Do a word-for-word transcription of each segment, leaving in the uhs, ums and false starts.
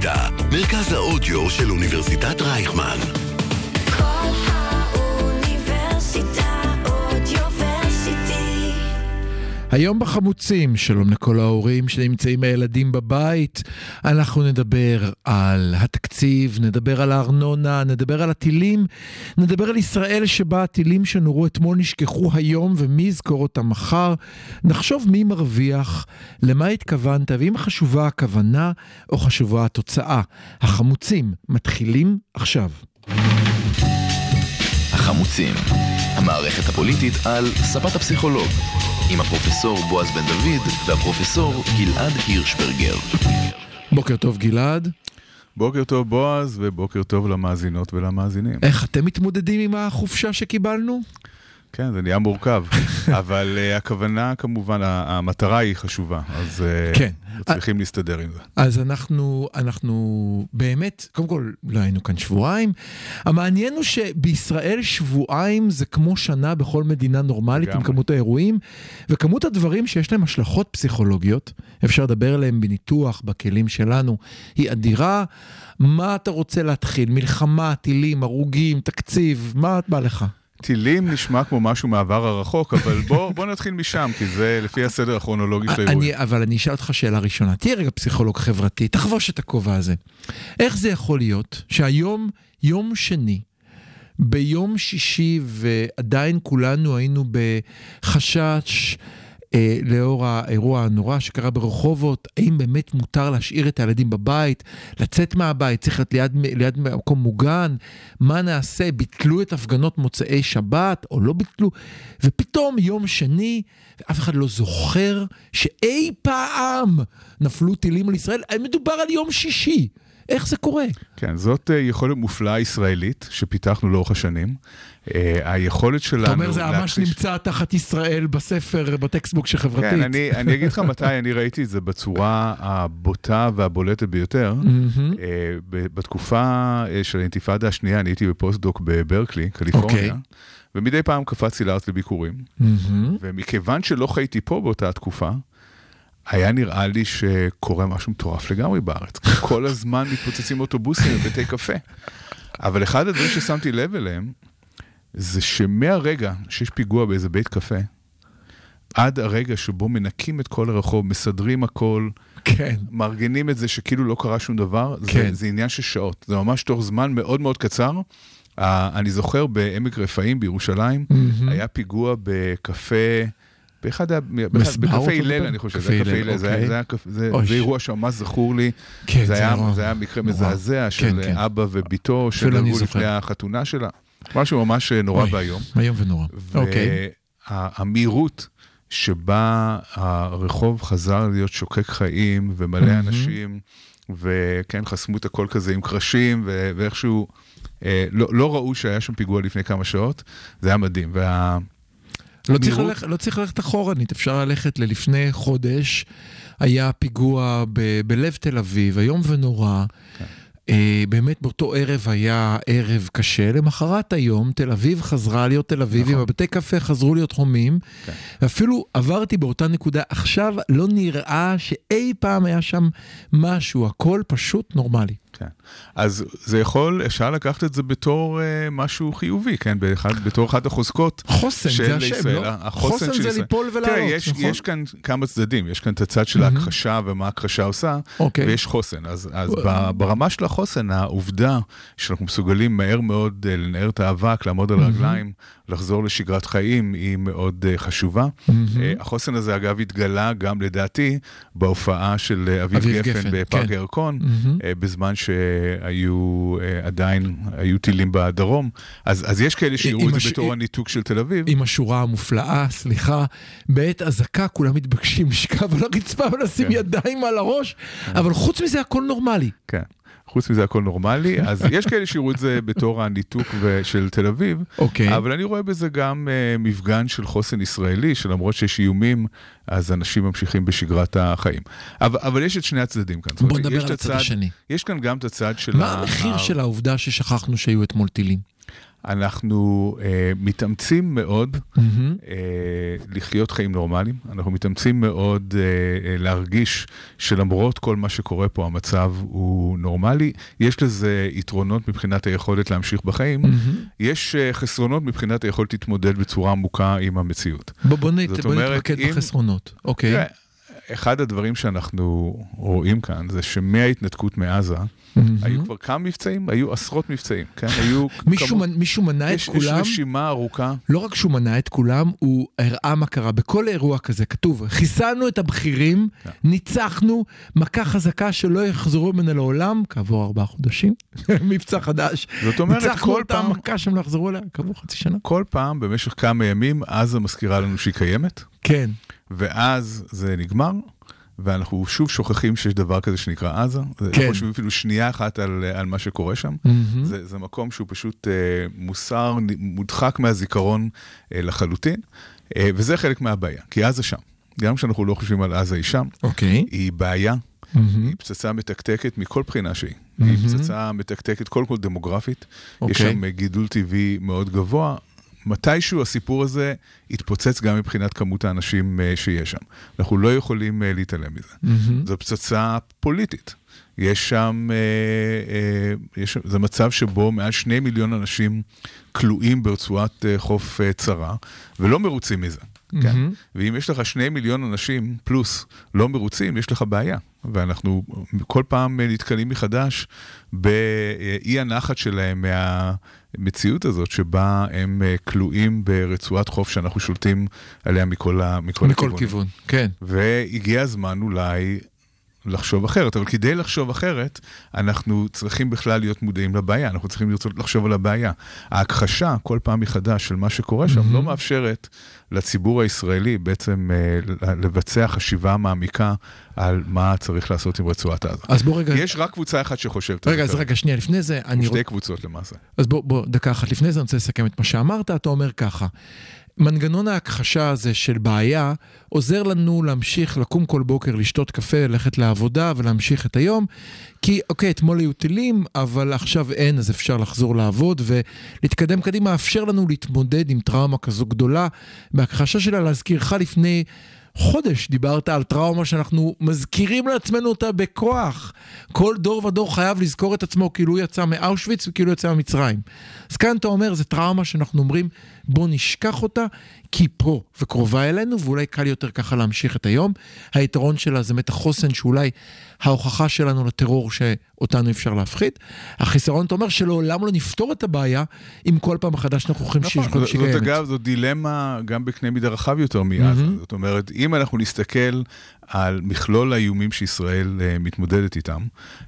האוניברסיטה, מרכז האודיו של אוניברסיטת רייכמן. כל האוניברסיטה אודיוורסיטי. היום בחמוצים, שלום לכל ההורים שנמצאים הילדים בבית, אנחנו נדבר על התקציב, נדבר על הארנונה, נדבר על הטילים, נדבר על ישראל שבה הטילים שנורו אתמול נשכחו היום ומי יזכור אותם מחר, נחשוב מי מרוויח, למה התכוונת, ואם חשובה הכוונה או חשובה התוצאה. החמוצים מתחילים עכשיו. החמוצים, המערכת הפוליטית על ספת הפסיכולוג, עם הפרופסור בועז בן דוד והפרופסור גלעד הירשברגר. בוקר טוב גלעד. בוקר טוב בועז ובוקר טוב למאזינות ולמאזינים. איך אתם מתמודדים עם החופשה שקיבלנו? כן, זה נהיה מורכב, אבל uh, הכוונה כמובן, המטרה היא חשובה, אז uh, כן. צריכים להסתדר עם זה. אז אנחנו, אנחנו באמת, קודם כל לא היינו כאן שבועיים, המעניין הוא שבישראל שבועיים זה כמו שנה בכל מדינה נורמלית עם כמות האירועים, וכמות הדברים שיש להם השלכות פסיכולוגיות, אפשר לדבר עליהם בניתוח, בכלים שלנו, היא אדירה. מה אתה רוצה להתחיל? מלחמה, טילים, הרוגים, תקציב, מה את בא לך? טילים נשמע כמו משהו מעבר הרחוק, אבל בוא, בוא נתחיל משם, כי זה לפי הסדר הכרונולוגי של האירועים. אבל אני אשאל אותך שאלה ראשונה. תהיה רגע פסיכולוג חברתי, תחבוש את הכובע הזה. איך זה יכול להיות שהיום, יום שני, ביום שישי, ועדיין כולנו היינו בחשש, אה, לאור האירוע הנורא שקרה ברחובות, האם באמת מותר להשאיר את הילדים בבית, לצאת מהבית, צריך להיות ליד, ליד מקום מוגן, מה נעשה, ביטלו את הפגנות מוצאי שבת, או לא ביטלו, ופתאום יום שני, ואף אחד לא זוכר שאי פעם נפלו טילים על ישראל, מדובר על יום שישי. איך זה קורה? כן, זאת יכולת מופלאה ישראלית שפיתחנו לאורך השנים. היכולת שלנו... אתה אומר, זה ממש נמצא תחת ישראל בספר, בטקסטבוק שחברתית. כן, אני, אני אגיד לך מתי אני ראיתי את זה בצורה הבוטה והבולטת ביותר. בתקופה של האינתיפאדה השנייה, אני הייתי בפוסט-דוק בברקלי, קליפורניה, ומדי פעם קפצתי לארץ לביקורים. ומכיוון שלא חייתי פה באותה התקופה, היה נראה לי שקורה משהו מטורף לגמרי בארץ. כל הזמן מתפוצצים אוטובוסים ובתי קפה. אבל אחד הדברים ששמתי לב אליהם, זה שמהרגע שיש פיגוע באיזה בית קפה, עד הרגע שבו מנקים את כל הרחוב, מסדרים הכל, כן. מארגנים את זה שכאילו לא קרה שום דבר, כן. זה, זה עניין של שעות. זה ממש תוך זמן מאוד מאוד קצר. Uh, אני זוכר בעמק רפאים בירושלים, mm-hmm. היה פיגוע בקפה... באחד, בקפה אילל, אני חושב, זה קפה אילל, זה אירוע שממש זכור לי, זה היה מקרה מזעזע של אבא וביתו, שנהרגו לפני החתונה שלה, משהו ממש נורא והיום. היום ונורא. והמהירות שבה הרחוב חזר להיות שוקק חיים, ומלא אנשים, וכן, חסמו את הכל כזה עם קרשים, ואיכשהו, לא ראו שהיה שם פיגוע לפני כמה שעות, זה היה מדהים, וה... לא צריך, ללכת, לא צריך ללכת אחורנית, אפשר ללכת ללפני חודש, היה פיגוע ב- בלב תל אביב, היום ונורא, כן. אה, באמת באותו ערב היה ערב קשה, למחרת היום תל אביב חזרה להיות תל אביב, נכון. הבתי קפה חזרו להיות חומים, כן. ואפילו עברתי באותה נקודה, עכשיו לא נראה שאי פעם היה שם משהו, הכל פשוט נורמלי. כן. אז זה יכול, אפשר לקחת את זה בתור uh, משהו חיובי, כן? באחד, בתור אחת החוזקות חוסן, של זה השם, ישראל. לא? החוסן חוסן זה ישראל. ליפול ולעלות, תראה, יש, נכון? יש כאן כמה צדדים, יש כאן את הצד של mm-hmm. ההכחשה ומה ההכחשה עושה, okay. ויש חוסן. אז, אז ברמה של החוסן, העובדה שאנחנו מסוגלים מהר מאוד לנער את האבק, לעמוד על רגליים, mm-hmm. לחזור לשגרת חיים, היא מאוד uh, חשובה. Mm-hmm. Uh, החוסן הזה, אגב, התגלה גם לדעתי, בהופעה של אביב, אביב גפן, גפן בפארק הירקון, mm-hmm. uh, בזמן שהיו uh, עדיין, היו טילים בדרום. אז, אז יש כאלה שיראו את זה הש... בתור הניתוק של תל אביב. עם השורה המופלאה, סליחה, בעת הזקה כולם מתבקשים לשכב על הרצפה ולשים כן. ידיים על הראש, כן. אבל חוץ מזה הכל נורמלי. כן. חוץ מזה הכל נורמלי, אז יש כאלה שיראו את זה בתור הניתוק של תל אביב, okay. אבל אני רואה בזה גם uh, מפגן של חוסן ישראלי, שלמרות שיש איומים, אז אנשים ממשיכים בשגרת החיים. אבל, אבל יש את שני הצדדים כאן. בוא נדבר על הצד השני. יש כאן גם את הצד של... מה המחיר ה... של העובדה ששכחנו שהיו אתמול טילים? אנחנו אה, מתאמצים מאוד mm-hmm. אה, לחיות חיים נורמליים, אנחנו מתאמצים מאוד אה, אה, להרגיש שלמרות כל מה שקורה פה, המצב הוא נורמלי, יש לזה יתרונות מבחינת היכולת להמשיך בחיים, mm-hmm. יש אה, חסרונות מבחינת היכולת להתמודד בצורה עמוקה עם המציאות. בוא, בוא, נת, בוא נתמקד אם, בחסרונות, אוקיי. תראה, אחד הדברים שאנחנו רואים כאן, זה שמההתנתקות מעזה, היו כבר כמה מבצעים, היו עשרות מבצעים, כן? היו מישהו מנע את כולם. יש רשימה ארוכה. לא רק שהוא מנע את כולם, הוא הראה מה קרה. בכל אירוע כזה כתוב, חיסלנו את הבכירים, ניצחנו, מכה חזקה שלא יחזרו ממנה לעולם, כעבור ארבעה חודשים, מבצע חדש. זאת אומרת, ניצחנו אותה מכה שהם לא יחזרו אליה, כעבור חצי שנה. כל פעם, במשך כמה ימים, עזה מזכירה לנו שהיא קיימת. כן. ואז זה נגמר. ואנחנו שוב שוכחים שיש דבר כזה שנקרא עזה. כן. לא חושבים אפילו שנייה אחת על, על מה שקורה שם. Mm-hmm. זה, זה מקום שהוא פשוט אה, מוסר, מודחק מהזיכרון אה, לחלוטין, אה, וזה חלק מהבעיה, כי עזה שם. גם כשאנחנו לא חושבים על עזה היא שם, okay. היא בעיה, mm-hmm. היא פצצה מתקתקת מכל בחינה שהיא. Mm-hmm. היא פצצה מתקתקת כל כל דמוגרפית, okay. יש שם גידול טבעי מאוד גבוה, מתישהו הסיפור הזה יתפוצץ גם מבחינת כמות האנשים שיש שם. אנחנו לא יכולים להתעלם מזה. Mm-hmm. זו פצצה פוליטית. יש שם, יש, זה מצב שבו מעל שני מיליון אנשים כלואים ברצועת חוף צרה, ולא מרוצים מזה. Mm-hmm. כן? ואם יש לך שני מיליון אנשים פלוס לא מרוצים, יש לך בעיה. ואנחנו כל פעם נתקלים מחדש באי הנחת שלהם מהמציאות הזאת, שבה הם כלואים ברצועת חוף שאנחנו שולטים עליה מכל, מכל, מכל כיוון. כן. והגיע הזמן אולי לחשוב אחרת, אבל כדי לחשוב אחרת, אנחנו צריכים בכלל להיות מודעים לבעיה, אנחנו צריכים לרצות לחשוב על הבעיה. ההכחשה, כל פעם מחדש של מה שקורה שם, mm-hmm. לא מאפשרת לציבור הישראלי בעצם אה, לבצע חשיבה מעמיקה על מה צריך לעשות עם רצועת עזה. אז בוא רגע... יש רק קבוצה אחת שחושבת. רגע, אז רגע, שנייה, לפני זה... שתי רוצ... קבוצות למעשה. אז בוא, בוא, דקה אחת, לפני זה אני רוצה לסכם את מה שאמרת, אתה אומר ככה, מנגנון ההכחשה הזה של בעיה עוזר לנו להמשיך לקום כל בוקר, לשתות קפה, ללכת לעבודה ולהמשיך את היום, כי אוקיי, אתמול היו טילים, אבל עכשיו אין, אז אפשר לחזור לעבוד ולהתקדם קדימה, אפשר לנו להתמודד עם טראומה כזו גדולה, בהכחשה שלה להזכירך לפני חודש דיברת על טראומה שאנחנו מזכירים לעצמנו אותה בכוח. כל דור ודור חייב לזכור את עצמו כאילו הוא יצא מאושוויץ וכאילו יצא ממצרים. אז כאן אתה אומר, זה טראומה שאנחנו אומרים, בוא נשכח אותה, כי פה וקרובה אלינו, ואולי קל יותר ככה להמשיך את היום. היתרון שלה זה מת החוסן, שאולי ההוכחה שלנו לטרור שאותנו אפשר להפחית. החיסרון, אתה אומר, שלעולם לא נפתור את הבעיה, אם כל פעם מחדש אנחנו חושבים שהיא קיימת. זאת אגב, זאת דילמה גם בקנה מידה רחב יותר מעזה. זאת אומרת, אם אנחנו נסתכל על מכלול האיומים שישראל מתמודדת איתם,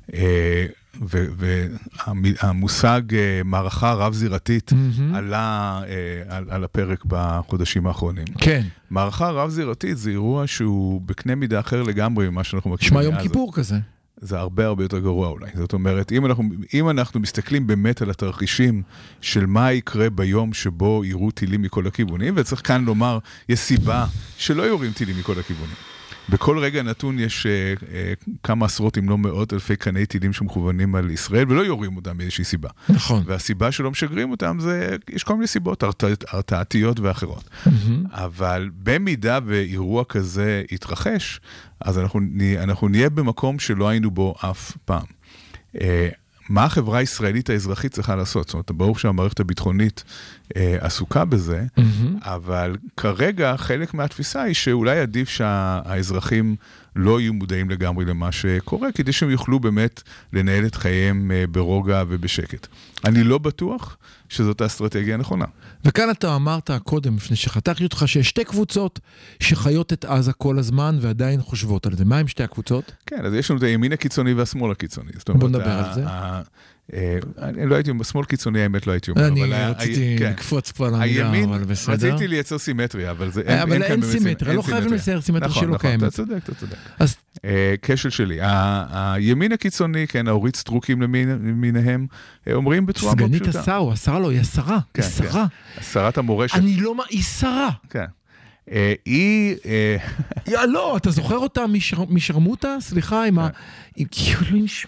והמושג מערכה רב-זירתית עלה על הפרק בחודשים האחרונים. כן. מערכה רב-זירתית זה אירוע שהוא בקנה מידה אחר לגמרי ממה שאנחנו מכירים. שמה יום כיפור כזה. זה הרבה הרבה יותר גרוע אולי. זאת אומרת, אם אנחנו, אם אנחנו מסתכלים באמת על התרחישים של מה יקרה ביום שבו יראו טילים מכל הכיוונים, וצריך כאן לומר, יש סיבה שלא יורים טילים מכל הכיוונים. בכל רגע נתון יש uh, uh, כמה עשרות אם לא מאות אלפי קני טילים שמכוונים על ישראל, ולא יורים אותם מאיזושהי סיבה. נכון. והסיבה שלא משגרים אותם זה, יש כל מיני סיבות הרתעתיות ואחרות. Mm-hmm. אבל במידה ואירוע כזה יתרחש, אז אנחנו, אנחנו נהיה במקום שלא היינו בו אף פעם. Uh, מה החברה הישראלית האזרחית צריכה לעשות? זאת אומרת, ברור שהמערכת הביטחונית אה, עסוקה בזה, mm-hmm. אבל כרגע חלק מהתפיסה היא שאולי עדיף שהאזרחים לא יהיו מודעים לגמרי למה שקורה, כדי שהם יוכלו באמת לנהל את חייהם אה, ברוגע ובשקט. אני לא בטוח שזאת האסטרטגיה הנכונה. וכאן אתה אמרת קודם, לפני שחתכתי אותך, שיש שתי קבוצות שחיות את עזה כל הזמן ועדיין חושבות על זה. מה עם שתי הקבוצות? כן, אז יש לנו את הימין הקיצוני והשמאל הקיצוני. בוא נדבר על זה. אני לא הייתי, בשמאל קיצוני האמת לא הייתי אומר. אני רציתי לקפוץ פה על המילה, אבל בסדר. רציתי לייצר סימטריה, אבל אין סימטריה, לא חייבים לצייר סימטריה שלא קיימת. נכון, אתה צודק, אתה צודק. כשל שלי, הימין הקיצוני, כן, האורית סטרוקים למיניהם, אומרים בצורה מאוד פשוטה. סגנית השר, השרה לא, היא השרה, היא שרה. שרת המורשת. אני לא, היא שרה. כן. היא... לא, אתה זוכר אותה משרמוטה? סליחה, עם ה... כאילו, לא נשמור.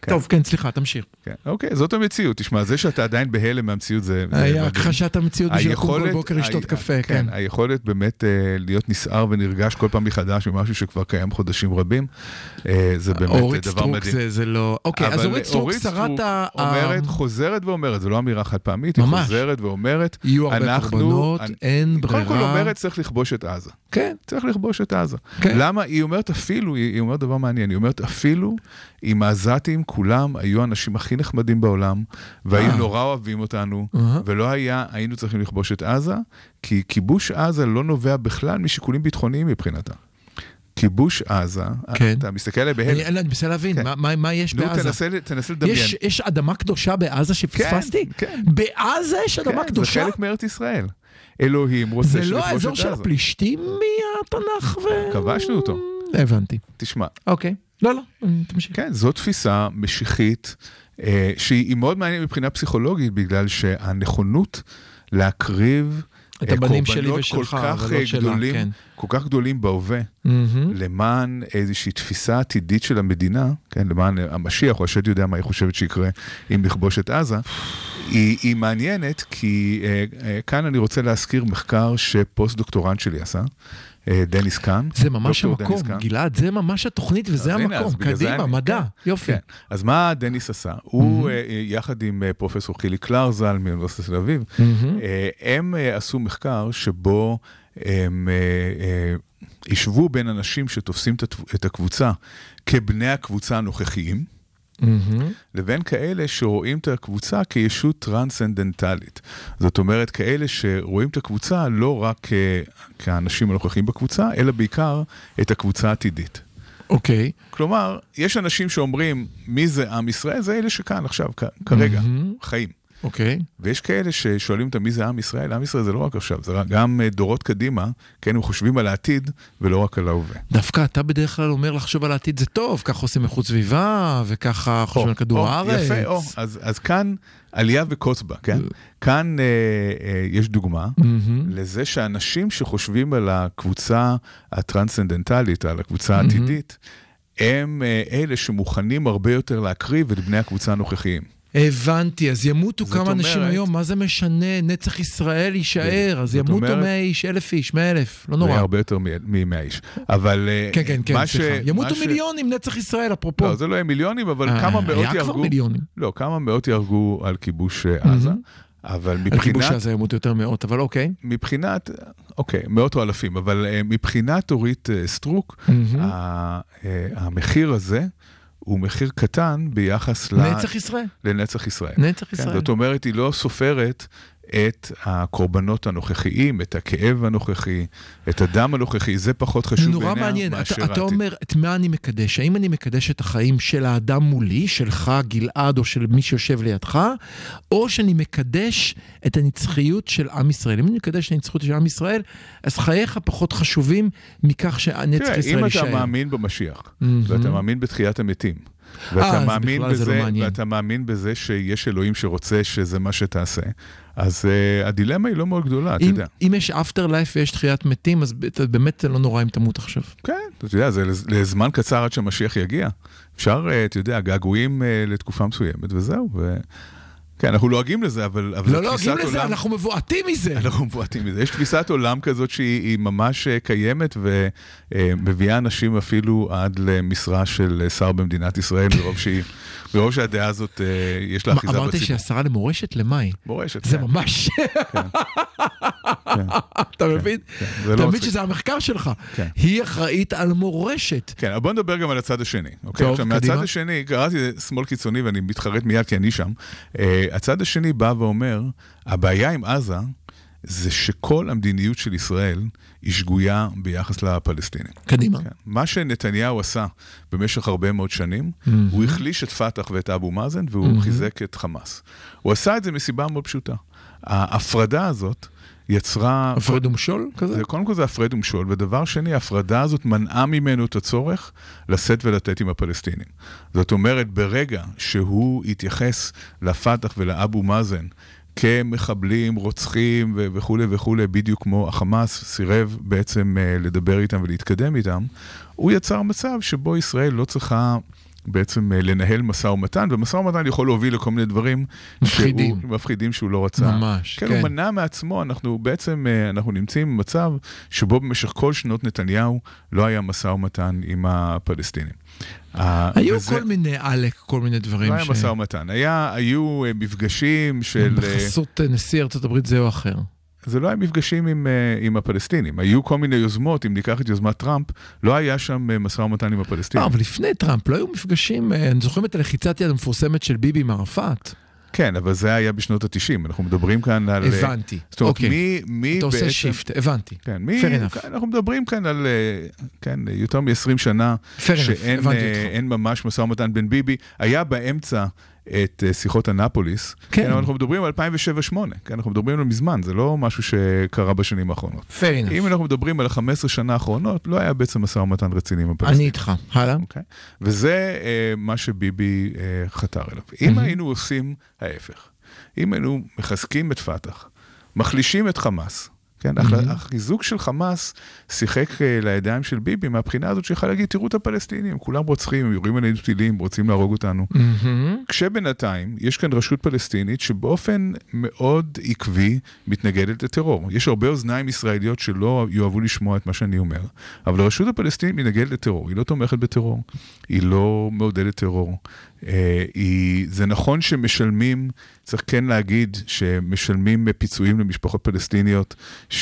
טוב, כן, סליחה, תמשיך. אוקיי, זאת המציאות. תשמע, זה שאתה עדיין בהלם מהמציאות זה... היה הכחשת המציאות בשביל לקום כל בוקר לשתות קפה, כן. היכולת באמת להיות נסער ונרגש כל פעם מחדש ממשהו שכבר קיים חודשים רבים, זה באמת דבר מדהים. אורית סטרוק זה לא... אוקיי, אז אורית סטרוק שרת ה... אומרת, חוזרת ואומרת, זה לא אמירה חד פעמית, היא חוזרת ואומרת, יהיו הרבה קורבנות, אין ברירה. קודם כל אומרת, צריך לכבוש את עזה. כן. צריך לכבוש את עזה. למה? היא אומרת אפילו, היא אומרת דבר מעניין, היא אומרת אפילו אם העזתים כולם היו האנשים הכי נחמדים בעולם, והיו נורא אוהבים אותנו, ולא היה, היינו צריכים לכבוש את עזה, כי כיבוש עזה לא נובע בכלל משיקולים ביטחוניים מבחינתה. כיבוש עזה, אתה מסתכל עליהם בהלם. אני מנסה להבין, מה יש בעזה? תנסה לדמיין. יש אדמה קדושה בעזה שפספסתי? בעזה יש אדמה קדושה? זה חלק מארץ ישראל. אלוהים רוצה שלכבוש את עזה. זה לא האזור של הפלישתים מהתנ"ך ו... כבשנו אותו. הבנתי. תשמע. אוקיי. לא, לא, תמשיך. כן, זו תפיסה משיחית, שהיא מאוד מעניינת מבחינה פסיכולוגית, בגלל שהנכונות להקריב את הבנים שלי ושלך, אבל לא שלה, כן. כל כך גדולים בהווה, למען איזושהי תפיסה עתידית של המדינה, כן, למען המשיח, או השד יודע מה היא חושבת שיקרה אם לכבוש את עזה, היא, היא מעניינת, כי כאן אני רוצה להזכיר מחקר שפוסט דוקטורנט שלי עשה, דניס קאן. זה ממש המקום, גלעד, זה ממש התוכנית וזה המקום, קדימה, מדע, יופי. אז מה דניס עשה? הוא יחד עם פרופסור חילי קלרזל מאוניברסיטת תל אביב, הם עשו מחקר שבו הם ישבו בין אנשים שתופסים את הקבוצה כבני הקבוצה הנוכחיים, לבין כאלה שרואים את הקבוצה כישות טרנסצנדנטלית. זאת אומרת, כאלה שרואים את הקבוצה לא רק כאנשים הנוכחים בקבוצה, אלא בעיקר את הקבוצה העתידית. אוקיי. כלומר, יש אנשים שאומרים, מי זה עם ישראל? זה אלה שכאן עכשיו, כרגע, חיים. אוקיי. ויש כאלה ששואלים אותם מי זה עם ישראל. עם ישראל זה לא רק עכשיו, זה גם דורות קדימה, כן, הם חושבים על העתיד ולא רק על ההווה. דווקא אתה בדרך כלל אומר לחשוב על העתיד זה טוב, כך עושים מחוץ סביבה, וככה חושבים על כדור הארץ. יפה, או, אז, אז כאן עלייה וקוץ בה, כן? כאן אה, אה, יש דוגמה לזה שאנשים שחושבים על הקבוצה הטרנסצנדנטלית, על הקבוצה העתידית, הם אה, אלה שמוכנים הרבה יותר להקריב את בני הקבוצה הנוכחיים. הבנתי, אז ימותו כמה אנשים היום, מה זה משנה? נצח ישראל יישאר, אז ימותו מאה איש, אלף איש, מאה אלף, לא נורא. זה הרבה יותר מ-מאה איש. אבל... כן, כן, כן, סליחה. ימותו מיליונים, נצח ישראל, אפרופו. לא, זה לא יהיה מיליונים, אבל כמה מאות ירגו... היה כבר מיליונים. לא, כמה מאות ירגו על כיבוש עזה, אבל מבחינת... על כיבוש עזה ימותו יותר מאות, אבל אוקיי. מבחינת... אוקיי, מאות או אלפים, אבל מבחינת אורית סטרוק, המחיר הזה... הוא מחיר קטן ביחס לנצח ישראל. לנצח ישראל. נצח ישראל. זאת אומרת, היא לא סופרת את הקורבנות הנוכחיים, את הכאב הנוכחי, את הדם הנוכחי, זה פחות חשוב בעיניה. נורא מעניין, אתה, אתה אומר, את מה אני מקדש? האם אני מקדש את החיים של האדם מולי, שלך, גלעד, או של מי שיושב לידך, או שאני מקדש את הנצחיות של עם ישראל? אם אני מקדש את הנצחיות של עם ישראל, אז חייך פחות חשובים מכך שנצח ישראל יישאר. אם אתה מאמין במשיח, ואתה מאמין בתחיית המתים, ואתה מאמין בזה, ואתה מאמין בזה שיש אלוהים שרוצה שזה מה שתעשה, אז uh, הדילמה היא לא מאוד גדולה, אתה יודע. אם יש אפטר לייף ויש תחיית מתים, אז באמת לא נורא אם תמות עכשיו. כן, אתה יודע, זה לזמן קצר עד שהמשיח יגיע. אפשר, אתה יודע, געגועים uh, לתקופה מסוימת, וזהו, ו... כן, אנחנו לועגים לזה, אבל... לא לועגים לזה, עולם... אנחנו מבועטים מזה. אנחנו מבועטים מזה. יש תפיסת עולם כזאת שהיא ממש קיימת, ומביאה אנשים אפילו עד למשרה של שר במדינת ישראל, ברוב שהיא... ברוב שהדעה הזאת יש לה אחיזה בציבור. אמרתי שהשרה למורשת, למה היא? מורשת, זה ממש... אתה מבין? אתה מבין שזה המחקר שלך. היא אחראית על מורשת. כן, אבל בוא נדבר גם על הצד השני. טוב, קדימה. מהצד השני, קראתי שמאל קיצוני, ואני מתחרט מיד כי אני שם. הצד השני בא ואומר, הבעיה עם עזה, זה שכל המדיניות של ישראל היא שגויה ביחס לפלסטינים. קדימה. כן. מה שנתניהו עשה במשך הרבה מאוד שנים, mm-hmm. הוא החליש את פתח ואת אבו מאזן, והוא mm-hmm. חיזק את חמאס. הוא עשה את זה מסיבה מאוד פשוטה. ההפרדה הזאת יצרה... הפרד ומשול כזה? זה, קודם כל זה הפרד ומשול, ודבר שני, ההפרדה הזאת מנעה ממנו את הצורך לשאת ולתת עם הפלסטינים. זאת אומרת, ברגע שהוא התייחס לפתח ולאבו מאזן, כמחבלים, רוצחים וכו' וכו', בדיוק כמו החמאס סירב בעצם לדבר איתם ולהתקדם איתם, הוא יצר מצב שבו ישראל לא צריכה בעצם לנהל משא ומתן, ומשא ומתן יכול להוביל לכל מיני דברים מפחידים. שהוא, מפחידים שהוא לא רצה. ממש, כן. כן. הוא מנע מעצמו, אנחנו בעצם, אנחנו נמצאים במצב שבו במשך כל שנות נתניהו לא היה משא ומתן עם הפלסטינים. היו וזה... כל מיני עלק, כל מיני דברים. לא היה ש... משא ומתן. היה, היו מפגשים של... בחסות נשיא ארצות הברית זה או אחר. זה לא היה מפגשים עם, עם הפלסטינים. היו כל מיני יוזמות, אם ניקח את יוזמת טראמפ, לא היה שם משא ומתן עם הפלסטינים. לא, אבל לפני טראמפ לא היו מפגשים, אני זוכרים את הלחיצת יד המפורסמת של ביבי עם ערפאת. כן, אבל זה היה בשנות ה-תשעים. אנחנו מדברים כאן על... הבנתי. זאת אומרת, אוקיי. מי, מי אתה בעצם... עושה שיפט, הבנתי. כן, מי... אנחנו מדברים כאן על... כן, יותר מ-עשרים שנה, שאין אין ממש משא ומתן בין ביבי. היה באמצע את שיחות אנפוליס. כן. כן, אנחנו מדברים על אלפיים ושבע שמונה. כן, אנחנו מדברים על מזמן. זה לא משהו שקרה בשנים האחרונות. Fair enough. אם אנחנו מדברים על חמש עשרה שנה האחרונות, לא היה בעצם משא ומתן רציני עם הפלסטינים. אני איתך. הלאה. אוקיי? וזה uh, מה שביבי uh, חתר אליו. אם היינו עושים ההפך, אם היינו מחזקים את פתח, מחלישים את חמאס, כן, החיזוק של חמאס שיחק לידיים של ביבי, מהבחינה הזאת שיכל להגיד, תראו את הפלסטינים, כולם רוצחים, הם יורים עלינו טילים, רוצים להרוג אותנו. כשבינתיים, יש כאן רשות פלסטינית שבאופן מאוד עקבי מתנגדת לטרור. יש הרבה אוזניים ישראליות שלא יאהבו לשמוע את מה שאני אומר, אבל הרשות הפלסטינית מתנגדת לטרור, היא לא תומכת בטרור, היא לא מעודדת טרור. היא, זה נכון שמשלמים, צריך כן להגיד שמשלמים פיצויים למשפחות פלסטיניות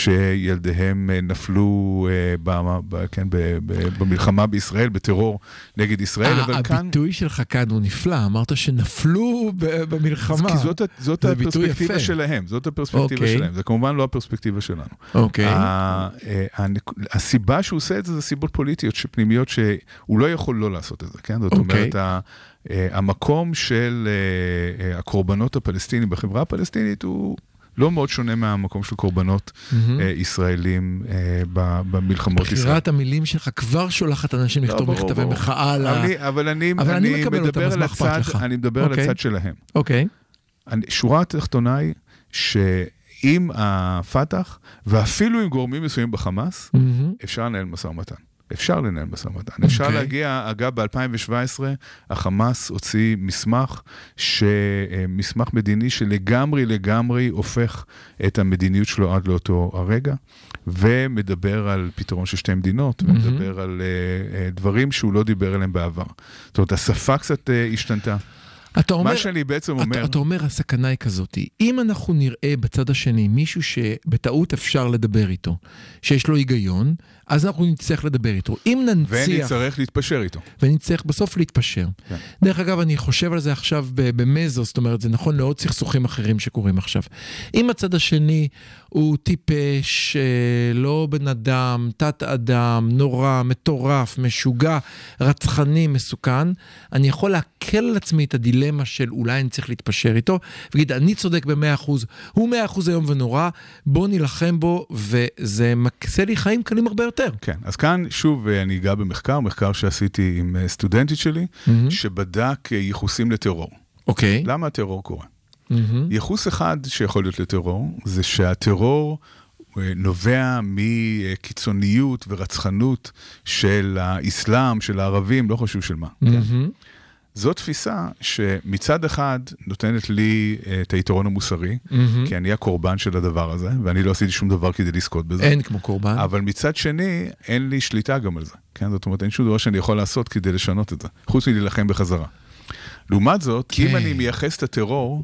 שילדיהם נפלו ב, ב, כן, ב, ב, במלחמה בישראל, בטרור נגד ישראל, 아, אבל כאן... הביטוי שלך כאן הוא נפלא, אמרת שנפלו במלחמה. כי זאת, זאת הפרספקטיבה שלהם, זאת הפרספקטיבה okay. שלהם, זה כמובן לא הפרספקטיבה שלנו. אוקיי. Okay. הסיבה שהוא עושה את זה, זה סיבות פוליטיות פנימיות שהוא לא יכול לא לעשות את זה, כן? זאת okay. אומרת, Uh, המקום של uh, uh, הקורבנות הפלסטינים בחברה הפלסטינית הוא לא מאוד שונה מהמקום של קורבנות mm-hmm. uh, ישראלים uh, במלחמות ישראל. בחירת המילים שלך כבר שולחת אנשים לכתוב לא, מכתבי מחאה על ה... אבל אני, אבל אני, אני מדבר על הצד, אני מדבר okay. על הצד שלהם. אוקיי. Okay. שורה התחתונה היא שעם הפתח ואפילו עם גורמים מסוימים בחמאס, mm-hmm. אפשר לנהל משא ומתן. אפשר לנהל משא ומתן. אפשר okay. להגיע, אגב, ב-אלפיים שבע עשרה, החמאס הוציא מסמך, ש... מסמך מדיני שלגמרי לגמרי הופך את המדיניות שלו עד לאותו הרגע, ומדבר על פתרון של שתי מדינות, mm-hmm. ומדבר על uh, דברים שהוא לא דיבר עליהם בעבר. זאת אומרת, השפה קצת uh, השתנתה. אתה אומר, מה שאני בעצם אומר... אתה, אתה אומר, הסכנה היא כזאת. אם אנחנו נראה בצד השני מישהו שבטעות אפשר לדבר איתו, שיש לו היגיון, אז אנחנו נצטרך לדבר איתו. אם ננציח... ונצטרך להתפשר איתו. ונצטרך בסוף להתפשר. כן. דרך אגב, אני חושב על זה עכשיו במזו, זאת אומרת, זה נכון לעוד סכסוכים אחרים שקורים עכשיו. אם הצד השני הוא טיפש, לא בן אדם, תת אדם, נורא, מטורף, משוגע, רצחני, מסוכן, אני יכול להקל על עצמי את הדילמה של אולי אני צריך להתפשר איתו, וגיד, אני צודק ב-מאה אחוז, הוא מאה אחוז היום ונורא, בוא נלחם בו, וזה מקצה לי חיים קלים הרבה יותר. כן, אז כאן שוב אני אגע במחקר, מחקר שעשיתי עם סטודנטית שלי, mm-hmm. שבדק ייחוסים לטרור. אוקיי. למה הטרור קורה? Mm-hmm. ייחוס אחד שיכול להיות לטרור, זה שהטרור נובע מקיצוניות ורצחנות של האסלאם, של הערבים, לא חשוב של מה. Mm-hmm. כן? זו תפיסה שמצד אחד נותנת לי את היתרון המוסרי, mm-hmm. כי אני הקורבן של הדבר הזה, ואני לא עשיתי שום דבר כדי לזכות בזה. אין כמו קורבן. אבל מצד שני, אין לי שליטה גם על זה. כן? זאת אומרת, אין שום דבר שאני יכול לעשות כדי לשנות את זה, חוץ מלהילחם בחזרה. לעומת זאת, okay. אם אני מייחס את הטרור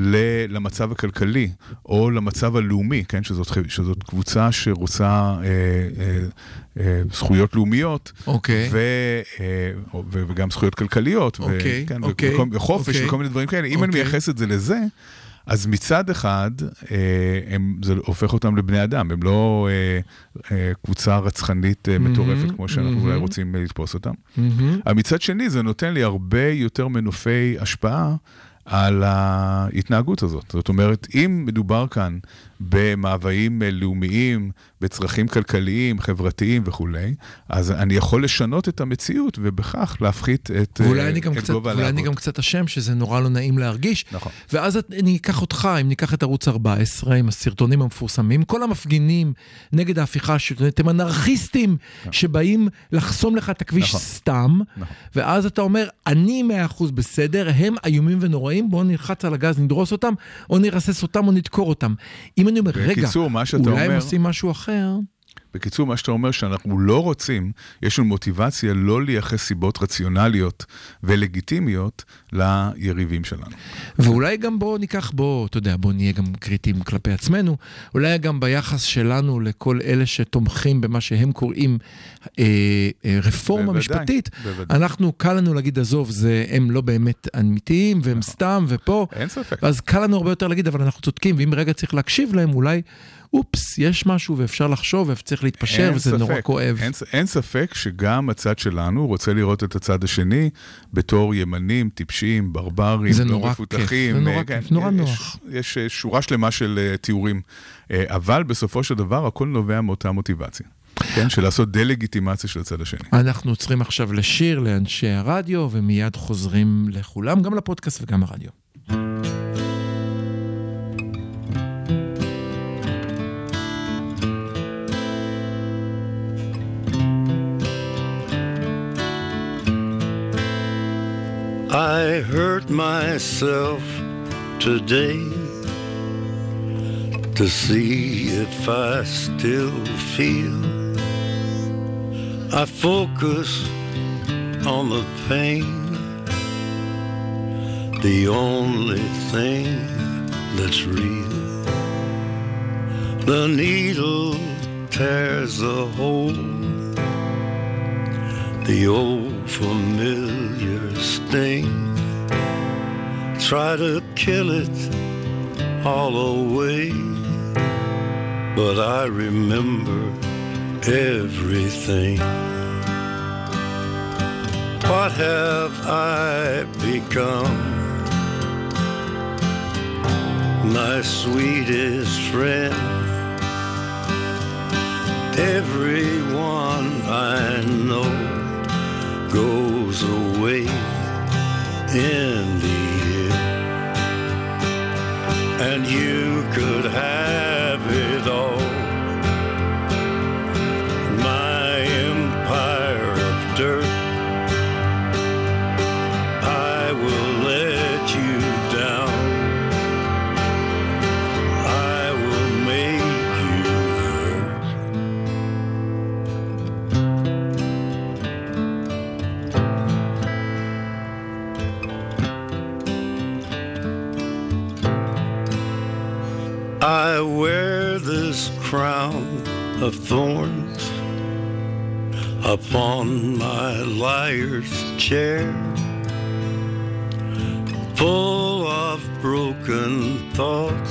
למצב הכלכלי, או למצב הלאומי, כן? שזאת, שזאת קבוצה שרוצה אה, אה, אה, זכויות לאומיות, okay. ו, אה, ו, וגם זכויות כלכליות, okay. ו, כן, okay. וכל, וחופש okay. וכל מיני דברים כאלה. אם okay. אני מייחס את זה לזה, אז מצד אחד, אה, הם, זה הופך אותם לבני אדם, הם לא אה, אה, קבוצה רצחנית אה, מטורפת, mm-hmm, כמו שאנחנו mm-hmm. אולי רוצים לתפוס אותם. Mm-hmm. אבל מצד שני, זה נותן לי הרבה יותר מנופי השפעה על ההתנהגות הזאת. זאת אומרת, אם מדובר כאן במאוויים לאומיים, בצרכים כלכליים, חברתיים וכו', אז אני יכול לשנות את המציאות, ובכך להפחית את, ואולי אני את גם קצת, גובה ואולי אני גם קצת אשם, שזה נורא לא נעים להרגיש. נכון. ואז אני אקח אותך, אם ניקח את ערוץ ארבע עשרה, עם הסרטונים המפורסמים, כל המפגינים נגד ההפיכה השלטונית, הם אנרכיסטים נכון. שבאים לחסום לך את הכביש נכון. סתם, נכון. ואז אתה אומר, אני מאה אחוז בסדר, הם איומים ונוראים, בואו נלחץ על הגז, נדרוס אותם, או נרסס אותם, או נדקור אותם. אם אני אומר, רגע, אולי הם עושים משהו אחר. בקיצור, מה שאתה אומר שאנחנו לא רוצים, יש לנו מוטיבציה לא לייחס סיבות רציונליות ולגיטימיות ליריבים שלנו. ואולי גם בוא ניקח, בוא, אתה יודע, בוא נהיה גם קריטיים כלפי עצמנו, אולי גם ביחס שלנו לכל אלה שתומכים במה שהם קוראים אה, אה, רפורמה בוודאי, משפטית, בוודאי. אנחנו, קל לנו להגיד, עזוב, זה, הם לא באמת אמיתיים, והם נכון. סתם, ופה. אין ספק. אז קל לנו הרבה יותר להגיד, אבל אנחנו צודקים, ואם רגע צריך להקשיב להם, אולי אופס, יש משהו ואפשר לחשוב וצריך להתפשר וזה ספק, נורא כואב. אין, אין ספק שגם הצד שלנו רוצה לראות את הצד השני בתור ימנים, טיפשים, ברברים, זה לא נורא מפותחים. כיף, זה נורא כן, כיף, נורא יש, נוח. יש, יש שורה שלמה של uh, תיאורים, uh, אבל בסופו של דבר הכל נובע מאותה מוטיבציה. כן, של לעשות דה-לגיטימציה של הצד השני. אנחנו עוצרים עכשיו לשיר לאנשי הרדיו ומיד חוזרים לכולם, גם לפודקאסט וגם הרדיו. I hurt myself today to see if I still feel. I focus on the pain, the only thing that's real. The needle tears a hole, the old familiar sting. Try to kill it all away, but I remember everything. What have I become? My sweetest friend. Everyone I know goes away in the end, and you could have it all. My empire of dirt, I will let you down. I will make you hurt. I wear this crown of thorns upon my liar's chair, full of broken thoughts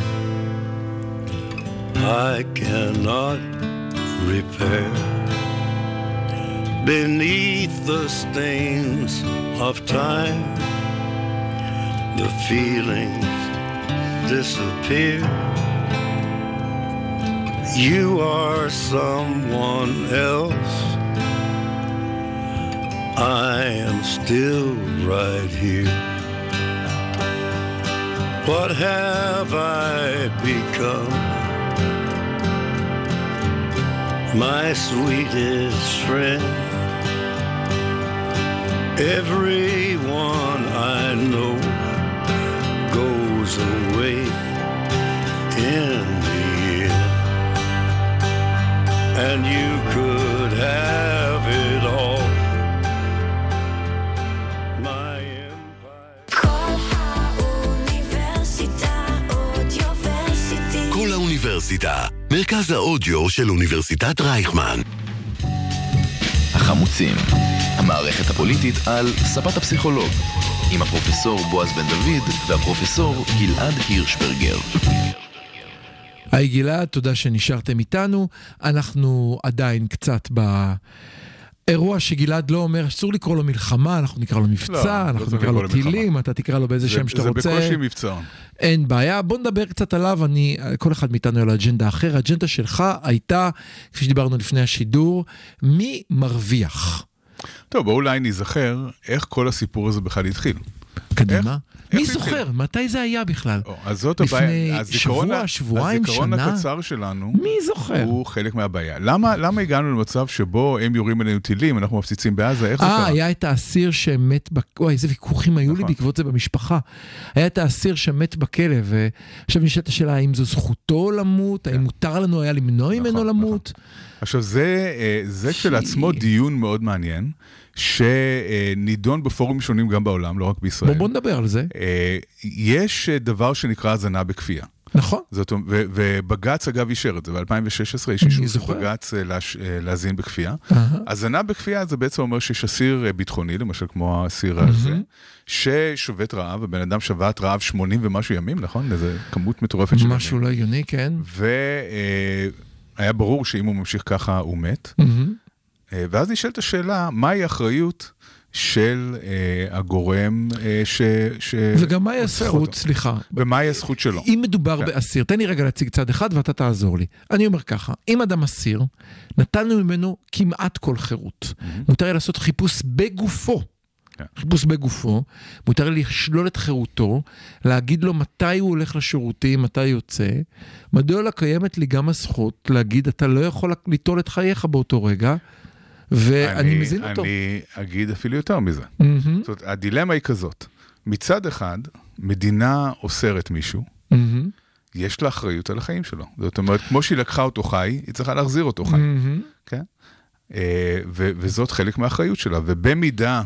I cannot repair. Beneath the stains of time, the feelings disappear. You are someone else. I am still right here. What have I become? My sweetest friend. Everyone I know goes away in the end, and you could have it all. My empire. כל האוניברסיטה אודיוורסיטי. כל האוניברסיטה, מרכז האודיו של אוניברסיטת רייכמן. החמוצים, המערכת הפוליטית על ספת הפסיכולוג, עם הפרופסור בועז בן דוד והפרופסור גלעד הירשברגר. היי גלעד, תודה שנשארתם איתנו. אנחנו עדיין קצת ב... אירוע שגלעד לא אומר, אסור לקרוא לו מלחמה, אנחנו נקרא לו מבצע, אנחנו נקרא לו טילים, אתה תקרא לו באיזה שם שאתה רוצה. זה בקושי מבצע. אין בעיה, בוא נדבר קצת עליו, אני, כל אחד מאיתנו על האג'נדה אחר, האג'נדה שלך הייתה, כפי שדיברנו לפני השידור, מי מרוויח? טוב, בואו אולי נזכר איך כל הסיפור הזה בכלל התחיל. קדימה. מי זוכר? מתי זה היה בכלל? אז זאת הבעיה. לפני שבוע, שבועיים, שנה? הזיכרון הקצר שלנו מי זוכר? הוא חלק מהבעיה. למה הגענו למצב שבו הם יורים עלינו טילים, אנחנו מפציצים בעזה, איך זה קרה? אה, היה את האסיר שמת, וואי, איזה ויכוחים היו לי בעקבות זה במשפחה. היה את האסיר שמת בכלא, ועכשיו נשאלת השאלה, האם זו זכותו למות? האם מותר לנו היה למנוע ממנו למות? עכשיו, זה כשלעצמו דיון מאוד מעניין, שנידון בפורומים שונים גם בעולם, לא רק בישראל. בוא נדבר על זה. יש דבר שנקרא הזנה בכפייה. נכון. ובגץ אגב אישר את זה, ב-אלפיים ושש עשרה יש אישור בגץ להזין בכפייה. הזנה בכפייה זה בעצם אומר שיש אסיר ביטחוני, למשל כמו האסיר הזה, ששובת רעב, ובן אדם שבת רעב שמונים ומשהו ימים, נכון? איזו כמות מטורפת של ימים. משהו לא הגיוני, כן. והיה ברור שאם הוא ממשיך ככה הוא מת. ואז נשאלת השאלה, מהי האחריות של אה, הגורם אה, ש... ש... וגם מהי הזכות, סליחה. ומהי הזכות שלו. אם מדובר כן. באסיר, תן לי רגע להציג צד אחד ואתה תעזור לי. אני אומר ככה, אם אדם אסיר, נתנו ממנו כמעט כל חירות. Mm-hmm. מותר לי לעשות חיפוש בגופו. כן. חיפוש בגופו. מותר לי לשלול את חירותו, להגיד לו מתי הוא הולך לשירותים, מתי יוצא. מדוע לא קיימת לי גם הזכות להגיד, אתה לא יכול ליטול את חייך באותו רגע, ואני אני, מזין אותו. אני אגיד אפילו יותר מזה. Mm-hmm. זאת אומרת, הדילמה היא כזאת. מצד אחד, מדינה אוסרת מישהו, Mm-hmm. יש לה אחריות על החיים שלו. זאת אומרת, כמו שהיא לקחה אותו חי, היא צריכה להחזיר אותו חי. Mm-hmm. כן? ו- וזאת חלק מהאחריות שלה. ובמידה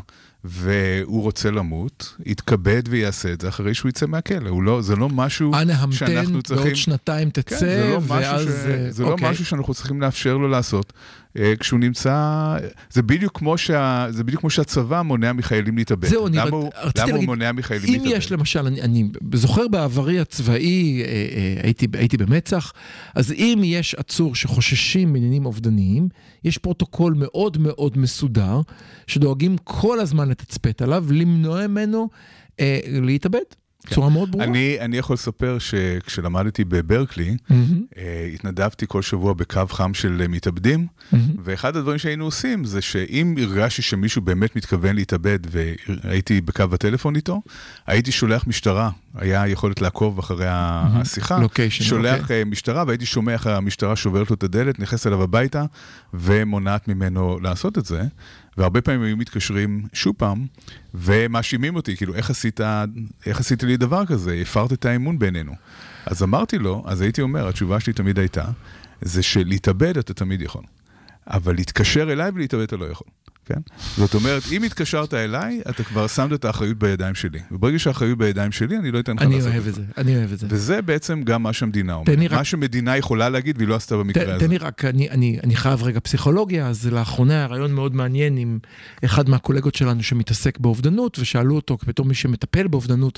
והוא רוצה למות, יתכבד ויעשה את זה אחרי שהוא יצא מהכלא. הוא לא, זה לא משהו שאנחנו צריכים... בעוד שנתיים תצא, כן, זה לא ואז... משהו, ש... זה אוקיי. לא משהו שאנחנו צריכים לאפשר לו לעשות. כשהוא נמצא... זה בדיוק כמו, שה... זה בדיוק כמו שהצבא מונע מחיילים להתאבד. זהו, אני למה רת... הוא, רציתי למה להגיד, הוא מונע מחיילים אם להתאבד? יש למשל, אני, אני זוכר בעברי הצבאי, הייתי, הייתי במצח, אז אם יש עצור שחוששים מעניינים אובדניים, יש פרוטוקול מאוד מאוד מסודר, שדואגים כל הזמן לתצפת עליו, למנוע ממנו אה, להתאבד. צורה מאוד ברורה. אני, אני יכול לספר שכשלמדתי בברקלי, התנדבתי כל שבוע בקו חם של מתאבדים, ואחד הדברים שהיינו עושים זה שאם הרגשתי שמישהו באמת מתכוון להתאבד, והייתי בקו הטלפון איתו, הייתי שולח משטרה, היה יכולת לעקוב אחרי השיחה, שולח משטרה, והייתי שומע איך המשטרה שוברת לו את הדלת, נכנס אליו הביתה, ומונעת ממנו לעשות את זה. והרבה פעמים היו מתקשרים שוב פעם, ומאשימים אותי, כאילו, איך עשית, איך עשית לי דבר כזה? הפרת את האמון בינינו. אז אמרתי לו, אז הייתי אומר, התשובה שלי תמיד הייתה, זה שלהתאבד אתה תמיד יכול. אבל להתקשר אליי ולהתאבד אתה לא יכול. כן? זאת אומרת, אם התקשרת אליי, אתה כבר שמת את האחריות בידיים שלי. וברגע שהאחריות בידיים שלי, אני לא אתן לך לעשות את זה. אני אוהב את זה, אני אוהב את זה. וזה בעצם גם מה שהמדינה אומרת. מה שמדינה יכולה להגיד, והיא לא עשתה במקרה הזה. תן לי רק, אני חייב רגע פסיכולוגיה, אז לאחרונה היה רעיון מאוד מעניין עם אחד מהקולגות שלנו שמתעסק באובדנות, ושאלו אותו, בתור מי שמטפל באובדנות,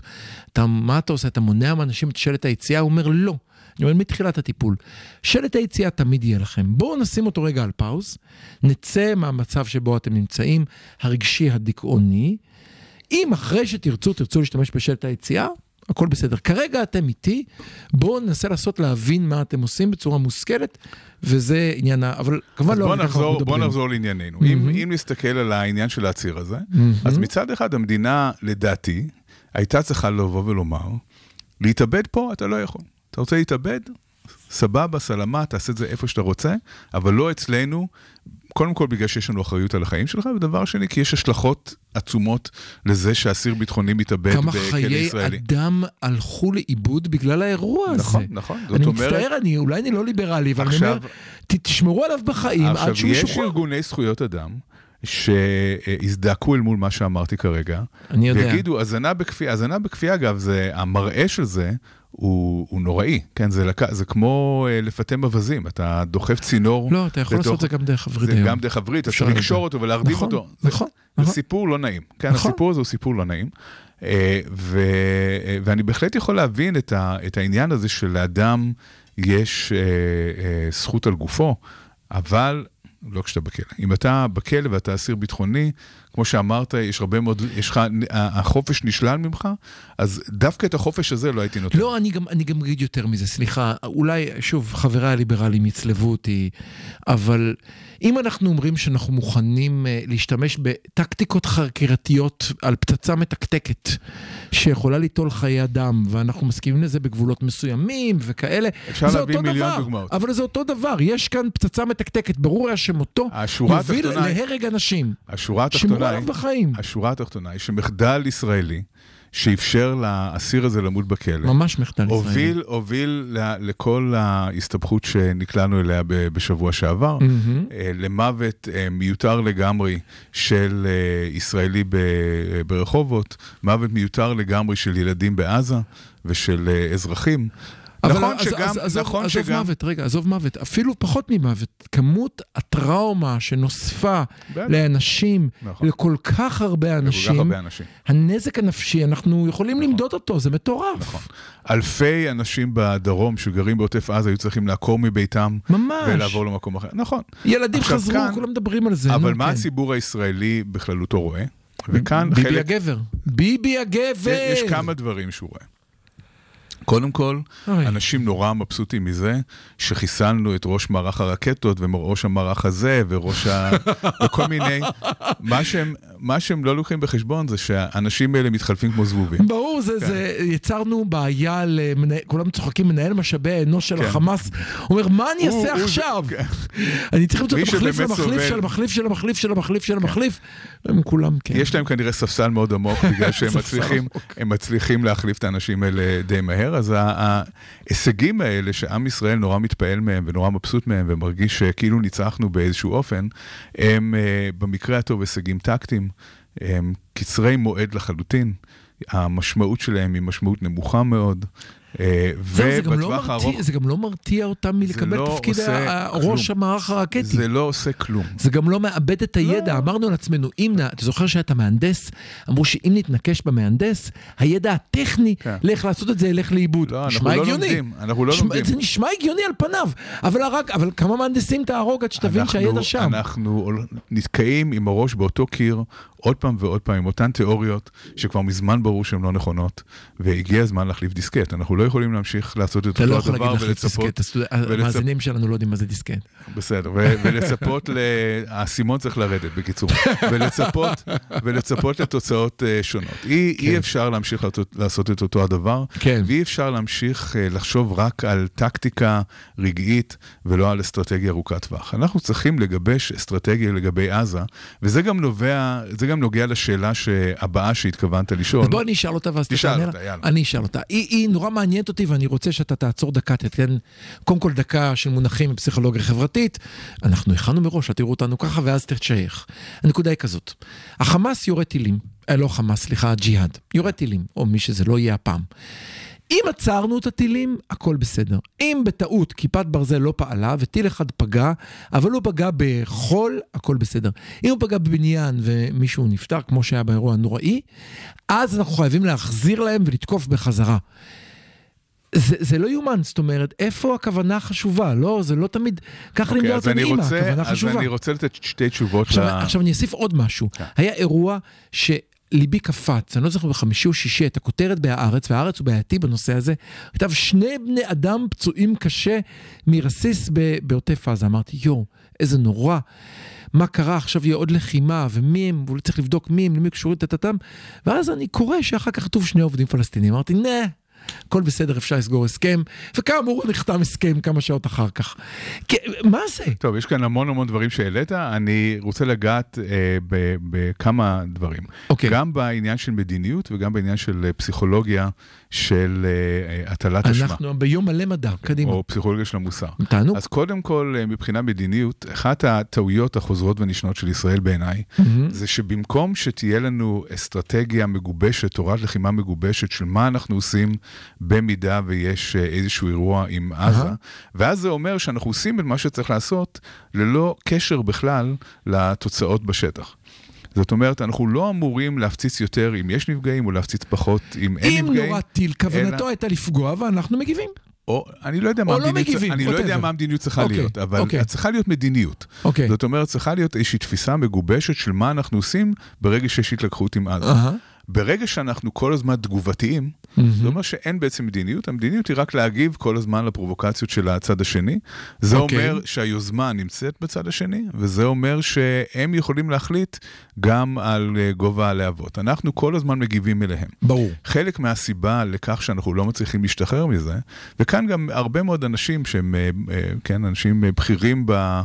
מה אתה עושה? אתה מונע מאנשים את שלט היציאה? הוא אומר, לא. אני אומר, מתחילת הטיפול, שלט היציאה תמיד יהיה לכם. בואו נשים אותו רגע על פאוז, נצא מהמצב שבו אתם נמצאים, הרגשי הדיכאוני. אם אחרי שתרצו, תרצו להשתמש בשלט היציאה, הכל בסדר. כרגע אתם איתי, בואו ננסה לעשות להבין מה אתם עושים בצורה מושכלת, וזה עניין, אבל כמובן לא... בואו נחזור, בוא נחזור לענייננו. Mm-hmm. אם, אם נסתכל על העניין של הציר הזה, mm-hmm. אז מצד אחד המדינה, לדעתי, הייתה צריכה לבוא ולומר, להתאבד פה אתה לא יכול. אתה רוצה להתאבד? סבבה, סלמה, תעשה את זה איפה שאתה רוצה, אבל לא אצלנו, קודם כל בגלל שיש לנו אחריות על החיים שלך, ודבר שני, כי יש השלכות עצומות לזה שהאסיר ביטחוני מתאבד בכלא ישראלי. כמה חיי אדם הלכו לאיבוד בגלל האירוע הזה. נכון, נכון. אני מצטער, אני, אולי אני לא ליברלי, אבל אני אומר, תשמרו עליו בחיים עד שהוא עכשיו, יש שוחרר. ארגוני זכויות אדם, שהזדעקו אל מול מה שאמרתי כרגע, אני יודע. ויגידו, הזנה בכפייה, הזנה בכפייה אגב, זה, המראה של זה, הוא, הוא נוראי, כן, זה, לק... זה כמו אה, לפתם אבזים, אתה דוחף צינור. לא, אתה יכול לתוך... לעשות את זה גם דרך הברית זה היום. גם דרך הברית, אתה צריך לקשור אותו ולהרדים נכון, אותו. נכון, זה, נכון. זה סיפור לא נעים, כן, נכון. הסיפור הזה הוא סיפור לא נעים, אה, ו... ואני בהחלט יכול להבין את, ה... את העניין הזה שלאדם יש אה, אה, זכות על גופו, אבל לא כשאתה בכלא. אם אתה בכלא ואתה אסיר ביטחוני, כמו שאמרת, יש הרבה מאוד, יש לך, החופש נשלל ממך, אז דווקא את החופש הזה לא הייתי נותן. לא, אני גם, אני גם אגיד יותר מזה, סליחה, אולי, שוב, חברי הליברלים יצלבו אותי, אבל אם אנחנו אומרים שאנחנו מוכנים להשתמש בטקטיקות חקירתיות על פצצה מתקתקת, שיכולה ליטול חיי אדם, ואנחנו מסכימים לזה בגבולות מסוימים וכאלה, זה אותו דבר, דוגמאות. אבל זה אותו דבר, יש כאן פצצה מתקתקת, ברור היה שמותו יוביל להרג אנשים. השורה התחתונה היא, השורה התחתונה היא שמחדל ישראלי, שאפשר לאסיר הזה למות בכלא. ממש מחדל ישראלי. הוביל, הוביל לכל ההסתבכות שנקלענו אליה בשבוע שעבר, למוות מיותר לגמרי של ישראלי ברחובות, מוות מיותר לגמרי של ילדים בעזה ושל אזרחים. נכון שגם, נכון שגם... עזוב מוות, רגע, עזוב מוות, אפילו פחות ממוות, כמות הטראומה שנוספה לאנשים, לכל כך הרבה אנשים, הנזק הנפשי, אנחנו יכולים למדוד אותו, זה מטורף. נכון. אלפי אנשים בדרום שגרים בעוטף עזה היו צריכים לעקור מביתם, ולעבור למקום אחר. נכון. ילדים חזרו, כולם מדברים על זה. אבל מה הציבור הישראלי בכללותו רואה? ביבי הגבר. ביבי הגבר! יש כמה דברים שהוא רואה. קודם כל, אוי. אנשים נורא מבסוטים מזה, שחיסלנו את ראש מערך הרקטות, וראש המערך הזה, וראש ה... וכל מיני... מה שהם, מה שהם לא לוקחים בחשבון, זה שהאנשים האלה מתחלפים כמו זבובים. ברור, זה, כן. זה, יצרנו בעיה, למנה... כולם צוחקים, מנהל משאבי האנוש של כן. החמאס, הוא אומר, מה אני אעשה הוא, עכשיו? הוא... אני צריך למצוא את המחליף של המחליף של המחליף של המחליף של המחליף של המחליף, הם כולם, כן. יש להם כנראה ספסל מאוד עמוק, בגלל שהם מצליחים, הם מצליחים להחליף את האנשים האלה די מהר, אז ההישגים האלה שעם ישראל נורא מתפעל מהם ונורא מבסוט מהם ומרגיש שכאילו ניצחנו באיזשהו אופן, הם במקרה הטוב הישגים טקטיים, הם קצרי מועד לחלוטין, המשמעות שלהם היא משמעות נמוכה מאוד, ובטווח הארוך... זה גם לא מרתיע אותם מלקבל תפקיד ראש המערך הרקטי. זה לא עושה כלום. זה גם לא מאבד את הידע. אמרנו לעצמנו, אתה זוכר שאתה מהנדס, אמרו שאם נתנקש במהנדס, הידע הטכני, לך לעשות את זה, ילך לאיבוד. נשמע הגיוני. אנחנו לא לומדים. זה נשמע הגיוני על פניו, אבל כמה מהנדסים תהרוג עד שתבין שהידע שם. אנחנו נתקעים עם הראש באותו קיר, עוד פעם ועוד פעם, עם אותן תיאוריות, שכבר מזמן ברור שהן לא נכונות, והגיע הזמן להחליף דיסקט. אנחנו לא יכולים להמשיך לעשות את אותו הדבר, ולצפות... המאזינים שלנו לא יודעים מה זה דיסקט. בסדר, ולצפות, הסימון צריך לרדת, בקיצור, ולצפות לתוצאות שונות. אי אפשר להמשיך לעשות את אותו הדבר, ואי אפשר להמשיך לחשוב רק על טקטיקה רגעית, ולא על אסטרטגיה ארוכת טווח. אנחנו צריכים לגבש אסטרטגיה לגבי עזה, וזה גם נובע, זה גם נוגע לשאלה הבאה שהתכוונת לשאול. אז בוא אני אשאל אותה, ואז תשאל אותה, יאללה. אני אשאל אותה. היא נורא מעניינת אותי, ואני רוצה שאתה תעצור דקה, תתן קודם כל דקה של מונחים בפסיכולוגיה חברתית. אנחנו הכנו מראש, תראו אותנו ככה, ואז תשייך. הנקודה היא כזאת. החמאס יורה טילים, אה, לא חמאס, סליחה, הג'יהאד, יורה טילים, או מי שזה לא יהיה הפעם. אם עצרנו את הטילים, הכל בסדר. אם בטעות כיפת ברזל לא פעלה, וטיל אחד פגע, אבל הוא פגע בחול, הכל בסדר. אם הוא פגע בבניין ומישהו נפטר, כמו שהיה באירוע הנוראי, אז אנחנו חייבים להחזיר להם ולתקוף בחזרה. זה, זה לא יומן, זאת אומרת, איפה הכוונה חשובה? לא, זה לא תמיד, כך okay, למדות עם אמא, הכוונה חשובה. אז אני רוצה לתת שתי תשובות. עכשיו, ל... עכשיו אני אוסיף עוד משהו. Okay. היה אירוע ש... ליבי קפץ, אני לא זוכר בחמישי או שישי, את הכותרת בהארץ, והארץ הוא בעייתי בנושא הזה, כתב שני בני אדם פצועים קשה מרסיס בעוטף עזה. אמרתי, יו, איזה נורא, מה קרה, עכשיו יהיה עוד לחימה, ומי הם, ואולי צריך לבדוק מי הם, למי קשורים את התתם, ואז אני קורא שאחר כך כתוב שני עובדים פלסטינים. אמרתי, נה, הכל בסדר, אפשר לסגור הסכם, וכאמור נחתם הסכם כמה שעות אחר כך. מה זה? טוב, יש כאן המון המון דברים שהעלית, אני רוצה לגעת אה, בכמה דברים. Okay. גם בעניין של מדיניות, וגם בעניין של פסיכולוגיה של אה, הטלת אשמה. אנחנו ביום מלא מדע, קדימה. או פסיכולוגיה של המוסר. תענו. אז קודם כל, מבחינה מדיניות, אחת הטעויות החוזרות ונשנות של ישראל בעיניי, mm-hmm. זה שבמקום שתהיה לנו אסטרטגיה מגובשת, תורת לחימה מגובשת, של מה אנחנו עושים במידה ויש איזשהו אירוע עם עזה, ואז זה אומר שאנחנו עושים את מה שצריך לעשות ללא קשר בכלל לתוצאות בשטח. זאת אומרת, אנחנו לא אמורים להפציץ יותר אם יש נפגעים, או להפציץ פחות אם אין נפגעים. אם נורא טיל, כוונתו הייתה לפגוע, ואנחנו מגיבים. או, אני לא יודע מה לא המדיניות, מגיבים, אני לא יודע מה המדיניות צריכה okay, להיות, אבל okay. צריכה להיות מדיניות. Okay. זאת אומרת, צריכה להיות איזושהי תפיסה מגובשת של מה אנחנו עושים ברגע שיש התלקחות עם עזה. Uh-huh. ברגע שאנחנו כל הזמן תגובתיים, mm-hmm. זה אומר שאין בעצם מדיניות, המדיניות היא רק להגיב כל הזמן לפרובוקציות של הצד השני, זה okay. אומר שהיוזמה נמצאת בצד השני, וזה אומר שהם יכולים להחליט גם על גובה הלהבות. אנחנו כל הזמן מגיבים אליהם. ברור. חלק מהסיבה לכך שאנחנו לא מצליחים להשתחרר מזה, וכאן גם הרבה מאוד אנשים שהם, כן, אנשים בכירים ב...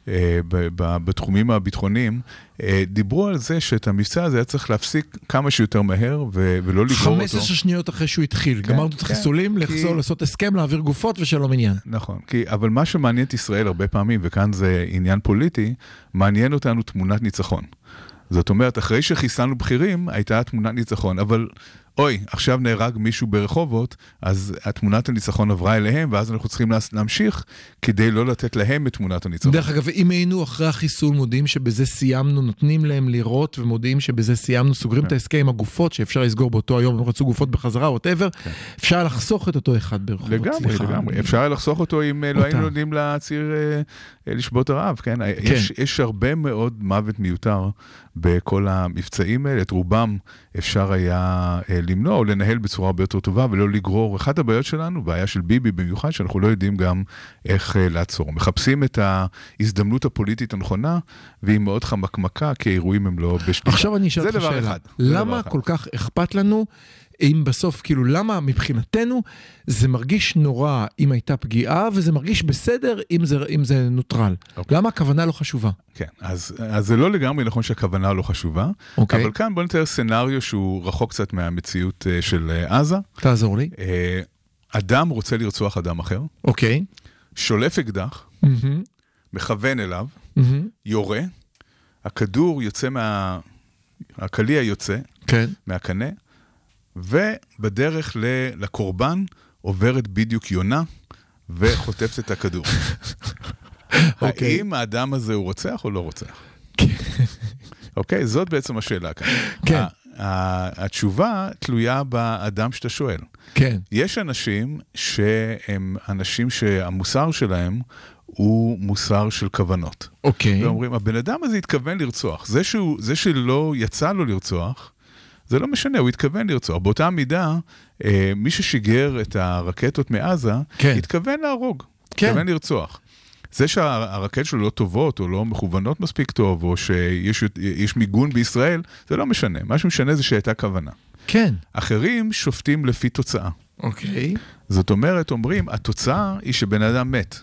בתחומים הביטחוניים, דיברו על זה שאת המבצע הזה היה צריך להפסיק כמה שיותר מהר ולא לגמור אותו. חמש עשרה שניות אחרי שהוא התחיל, גמרנו את החיסולים, לחזור לעשות הסכם, להעביר גופות ושלום עניין. נכון, אבל מה שמעניין את ישראל הרבה פעמים, וכאן זה עניין פוליטי, מעניין אותנו תמונת ניצחון. זאת אומרת, אחרי שחיסלנו בכירים, הייתה תמונת ניצחון, אבל אוי, עכשיו נהרג מישהו ברחובות, אז התמונת הניצחון עברה אליהם, ואז אנחנו צריכים להמשיך כדי לא לתת להם את תמונת הניצחון. דרך אגב, אם היינו אחרי החיסול מודיעים שבזה סיימנו, נותנים להם לראות, ומודיעים שבזה סיימנו, סוגרים את העסקה עם הגופות, שאפשר לסגור באותו היום, הם רצו גופות בחזרה, whatever, אפשר לחסוך את אותו אחד ברחובות. לגמרי, לגמרי. אפשר לחסוך אותו אם לא היינו נותנים לציר לשבות הרעב, כן? יש הרבה מאוד מוות מיותר בכל המבצעים האלה, את רובם אפשר היה למנוע או לנהל בצורה הרבה יותר טובה ולא לגרור. אחת הבעיות שלנו, בעיה של ביבי במיוחד, שאנחנו לא יודעים גם איך לעצור. מחפשים את ההזדמנות הפוליטית הנכונה, והיא מאוד חמקמקה, כי האירועים הם לא בשליטה. עכשיו אני אשאל אותך שאלה, למה כל כך אכפת לנו, אם בסוף, כאילו, למה מבחינתנו זה מרגיש נורא אם הייתה פגיעה, וזה מרגיש בסדר אם זה, אם זה נוטרל? Okay. למה הכוונה לא חשובה? כן, אז, אז זה לא לגמרי נכון שהכוונה לא חשובה, okay. אבל כאן בוא נתאר סנריו שהוא רחוק קצת מהמציאות של עזה. תעזור לי. אדם רוצה לרצוח אדם אחר. אוקיי. Okay. שולף אקדח, mm-hmm. מכוון אליו, mm-hmm. יורה, הכדור יוצא מה... הקליע יוצא okay. מהקנה, ובדרך לקורבן עוברת בדיוק יונה וחוטפת את הכדור. האם האדם הזה הוא רוצח או לא רוצח? אוקיי, זאת בעצם השאלה כאן. כן. התשובה תלויה באדם שאתה שואל. כן. יש אנשים שהם אנשים שהמוסר שלהם הוא מוסר של כוונות. אוקיי. ואומרים, הבן אדם הזה התכוון לרצוח. זה שהוא, זה שלא יצא לו לרצוח, זה לא משנה, הוא התכוון לרצוח. באותה מידה, אה, מי ששיגר את הרקטות מעזה, כן. התכוון להרוג, כן. התכוון לרצוח. זה שהרקטות שלו לא טובות, או לא מכוונות מספיק טוב, או שיש יש מיגון בישראל, זה לא משנה. מה שמשנה זה שהייתה כוונה. כן. אחרים שופטים לפי תוצאה. אוקיי. זאת אומרת, אומרים, התוצאה היא שבן אדם מת.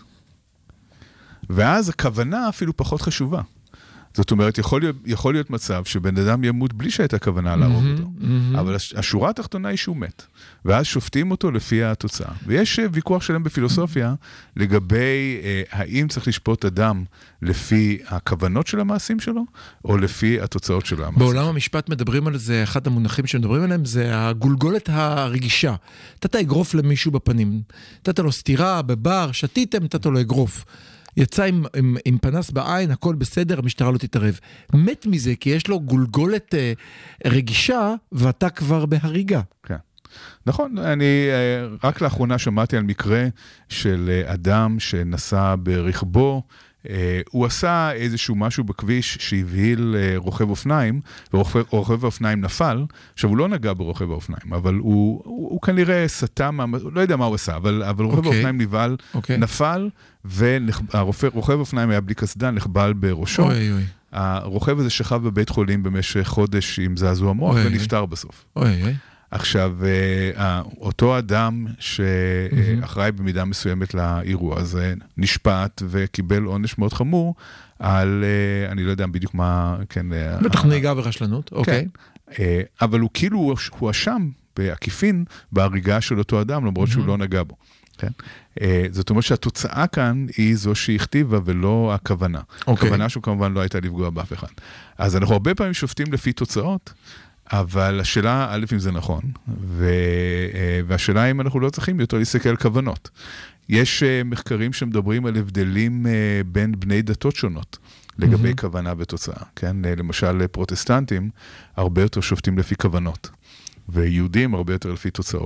ואז הכוונה אפילו פחות חשובה. זאת אומרת, יכול להיות, יכול להיות מצב שבן אדם ימות בלי שהייתה כוונה להרוג אותו. Mm-hmm, mm-hmm. אבל השורה התחתונה היא שהוא מת. ואז שופטים אותו לפי התוצאה. ויש ויכוח שלהם בפילוסופיה לגבי אה, האם צריך לשפוט אדם לפי הכוונות של המעשים שלו, או לפי התוצאות של המעשים. בעולם המשפט מדברים על זה, אחד המונחים שמדברים עליהם, זה הגולגולת הרגישה. תת אגרוף למישהו בפנים. תת לו סתירה, בבר, שתיתם, תת לו אגרוף. יצא עם, עם, עם פנס בעין, הכל בסדר, המשטרה לא תתערב. מת מזה, כי יש לו גולגולת אה, רגישה, ואתה כבר בהריגה. כן. נכון, אני אה, רק לאחרונה שמעתי על מקרה של אה, אדם שנסע ברכבו, אה, הוא עשה איזשהו משהו בכביש שהבהיל אה, רוכב אופניים, ורוכב האופניים נפל. עכשיו, הוא לא נגע ברוכב האופניים, אבל הוא, הוא, הוא כנראה סטה, לא יודע מה הוא עשה, אבל, אבל רוכב okay. האופניים נבהל, okay. נפל, ורוכב האופניים היה בלי קסדה, נחבל בראשו. אוי, אוי. הרוכב הזה שכב בבית חולים במשך חודש עם זעזוע מוח, ונפטר בסוף. אוי, אוי. עכשיו, אותו אדם שאחראי במידה מסוימת לאירוע הזה, נשפט וקיבל עונש מאוד חמור על, אני לא יודע בדיוק מה, כן. בטח נהיגה ברשלנות, אוקיי. אבל הוא כאילו, הוא אשם בעקיפין בהריגה של אותו אדם, למרות שהוא לא נגע בו. זאת אומרת שהתוצאה כאן היא זו שהכתיבה ולא הכוונה. הכוונה שהוא כמובן לא הייתה לפגוע באף אחד. אז אנחנו הרבה פעמים שופטים לפי תוצאות, אבל השאלה, א', אם זה נכון, והשאלה אם אנחנו לא צריכים יותר להסתכל על כוונות. יש מחקרים שמדברים על הבדלים בין בני דתות שונות, לגבי כוונה ותוצאה. כן? למשל, פרוטסטנטים הרבה יותר שופטים לפי כוונות, ויהודים הרבה יותר לפי תוצאות.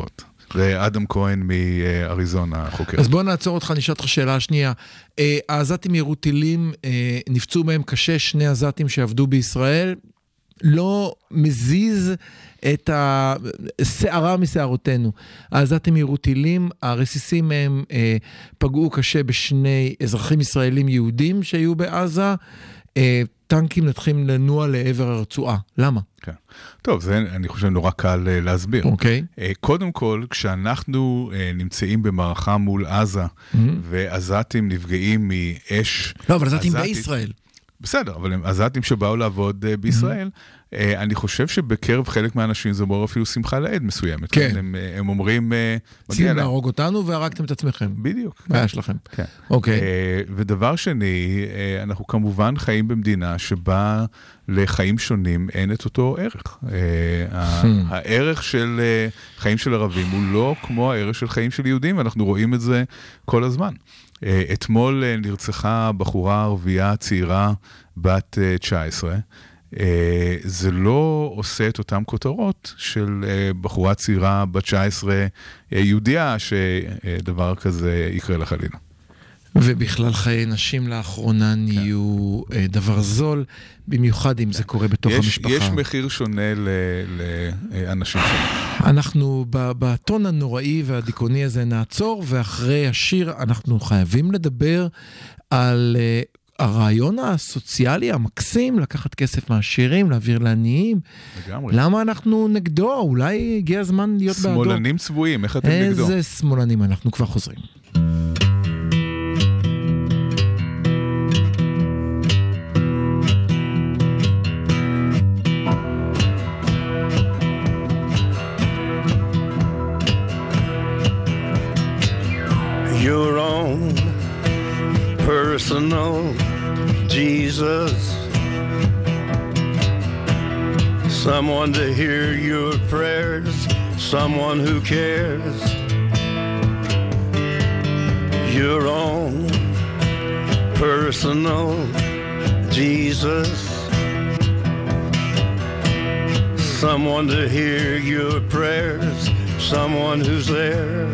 זה אדם כהן מאריזונה חוקר. אז בוא נעצור אותך, נשאל אותך שאלה השנייה. העזתים ירו טילים, נפצעו מהם קשה, שני עזתים שעבדו בישראל, לא מזיז את השערה משערותינו. העזתים ירו טילים, הרסיסים מהם פגעו קשה בשני אזרחים ישראלים יהודים שהיו בעזה, טנקים נתחילים לנוע לעבר הרצועה. למה? כן. טוב, זה אני חושב נורא קל להסביר. אוקיי. קודם כל, כשאנחנו נמצאים במערכה מול עזה, ועזתים נפגעים מאש... לא, אבל עזתים בישראל. בסדר, אבל הם עזתים שבאו לעבוד בישראל, אני חושב שבקרב חלק מהאנשים זה אומר אפילו שמחה לעד מסוימת. כן. הם, הם אומרים... צריכים להרוג אותנו והרגתם את עצמכם. בדיוק. בעיה שלכם. כן. אוקיי. ודבר שני, אנחנו כמובן חיים במדינה שבה לחיים שונים אין את אותו ערך. הערך של חיים של ערבים הוא לא כמו הערך של חיים של יהודים, ואנחנו רואים את זה כל הזמן. אתמול נרצחה בחורה ערבייה צעירה בת תשע עשרה, זה לא עושה את אותם כותרות של בחורה צעירה בת תשע עשרה יהודיה שדבר כזה יקרה לחלילה. ובכלל חיי נשים לאחרונה נהיו כן. דבר זול, במיוחד אם כן. זה קורה בתוך יש, המשפחה. יש מחיר שונה לאנשים שונים. אנחנו בטון הנוראי והדיכאוני הזה נעצור, ואחרי השיר אנחנו חייבים לדבר על הרעיון הסוציאלי המקסים, לקחת כסף מהשירים, להעביר לעניים. לגמרי. למה אנחנו נגדו? אולי הגיע הזמן להיות בעדו. שמאלנים צבועים, איך אתם נגדו? איזה שמאלנים, אנחנו כבר חוזרים. Your own personal Jesus, someone to hear your prayers, someone who cares. Your own personal Jesus, someone to hear your prayers, someone who's there.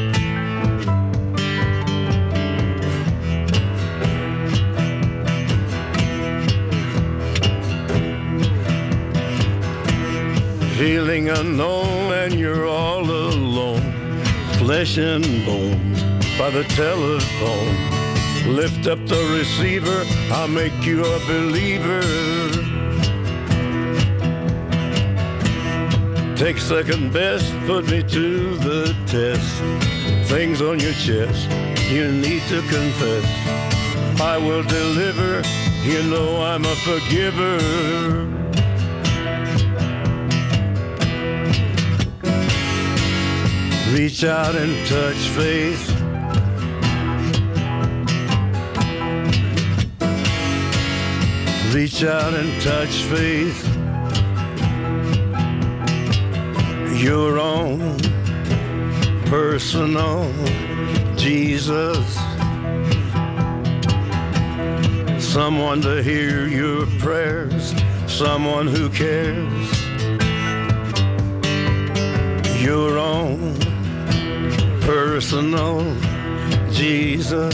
Feeling unknown and you're all alone, flesh and bone by the telephone. Lift up the receiver, I'll make you a believer. Take second best, put me to the test. Things on your chest, you need to confess. I will deliver, you know I'm a forgiver. Reach out and touch faith. Reach out and touch faith. Your own personal Jesus. Someone to hear your prayers, someone who cares. Your own personal Jesus,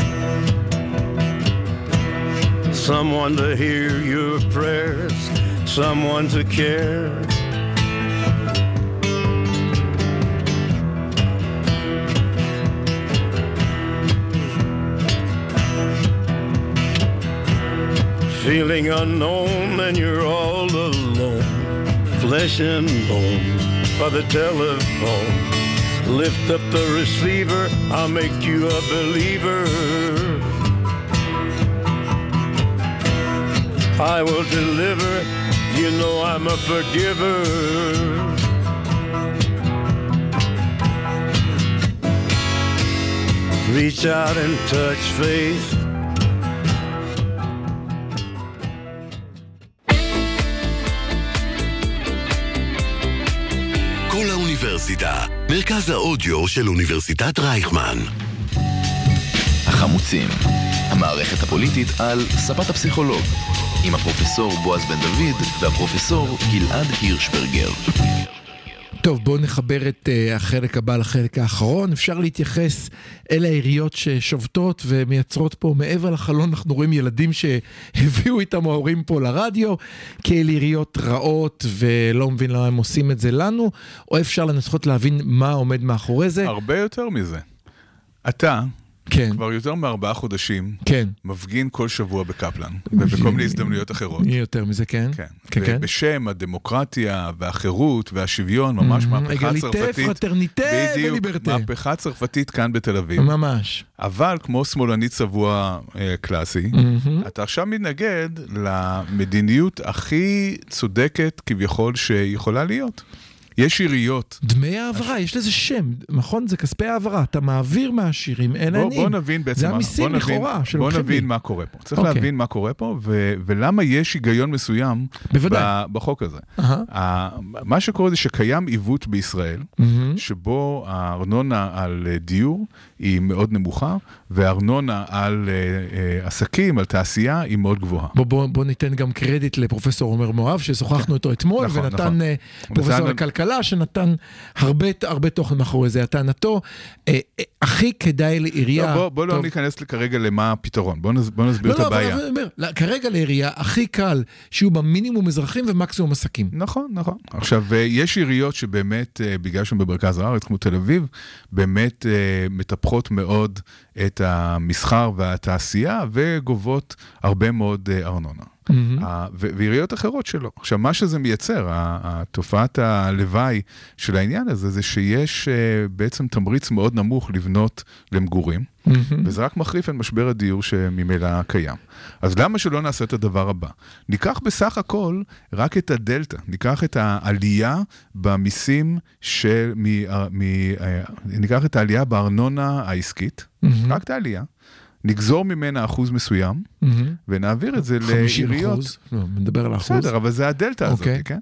someone to hear your prayers, someone to care. Feeling unknown and you're all alone, flesh and bone by the telephone. Lift up the receiver, I'll make you a believer. I will deliver, you know I'm a forgiver. Reach out and touch faith. כל האוניברסיטה, מרכז האודיו של אוניברסיטת רייכמן. החמוצים, המערכת הפוליטית על ספת הפסיכולוג, עם הפרופסור בועז בן דוד והפרופסור גלעד הירשברגר. טוב, בואו נחבר את uh, החלק הבא לחלק האחרון. אפשר להתייחס אל העיריות ששובתות ומייצרות פה מעבר לחלון, אנחנו רואים ילדים שהביאו איתם ההורים פה לרדיו, כאל עיריות רעות ולא מבין למה הם עושים את זה לנו, או אפשר לנסות להבין מה עומד מאחורי זה? הרבה יותר מזה. אתה... כן. כבר יותר מארבעה חודשים, כן. מפגין כל שבוע בקפלן, ובכל מיני הזדמנויות אחרות. יותר מזה, כן. כן. כן, כן. ובשם הדמוקרטיה והחירות והשוויון, ממש מהפכה צרפתית. פרטרניטה וליברטה. בדיוק, מהפכה צרפתית כאן בתל אביב. ממש. אבל כמו שמאלני צבוע אה, קלאסי, אתה עכשיו מתנגד למדיניות הכי צודקת כביכול שיכולה להיות. יש עיריות. דמי העברה, יש לזה שם, נכון? זה כספי העברה, אתה מעביר מהשירים, אין עניים. בוא נבין בעצם, זה המיסים לכאורה שלוקחים לי. בוא נבין מה קורה פה. צריך להבין מה קורה פה, ולמה יש היגיון מסוים בחוק הזה. מה שקורה זה שקיים עיוות בישראל, שבו הארנונה על דיור היא מאוד נמוכה, והארנונה על עסקים, על תעשייה, היא מאוד גבוהה. בוא ניתן גם קרדיט לפרופסור עומר מואב, ששוחחנו איתו אתמול, ונתן פרופסור לכלכלה, שנתן הרבה, הרבה תוכן מאחורי זה. הטענתו, אה, אה, הכי כדאי לעירייה... לא, בוא, בוא לא ניכנס כרגע למה הפתרון, בוא, נס, בוא נסביר לא, את הבעיה. לא, אבל אומר, כרגע לעירייה הכי קל שיהיו במינימום אזרחים ומקסימום עסקים. נכון, נכון. עכשיו, יש עיריות שבאמת, בגלל שהן במרכז הארץ, כמו תל אביב, באמת מטפחות מאוד את המסחר והתעשייה, וגובות הרבה מאוד ארנונה. ועיריות אחרות שלא. עכשיו, מה שזה מייצר, התופעת הלוואי של העניין הזה, זה שיש בעצם תמריץ מאוד נמוך לבנות למגורים, וזה רק מחריף את משבר הדיור שממילא קיים. אז למה שלא נעשה את הדבר הבא? ניקח בסך הכל רק את הדלטה, ניקח את העלייה במיסים של, ניקח את העלייה בארנונה העסקית, רק את העלייה, נגזור ממנה אחוז מסוים, ונעביר את זה לעיריות. חמישים אחוז? לא, מדבר על האחוז. בסדר, אבל זה הדלטה הזאת, כן?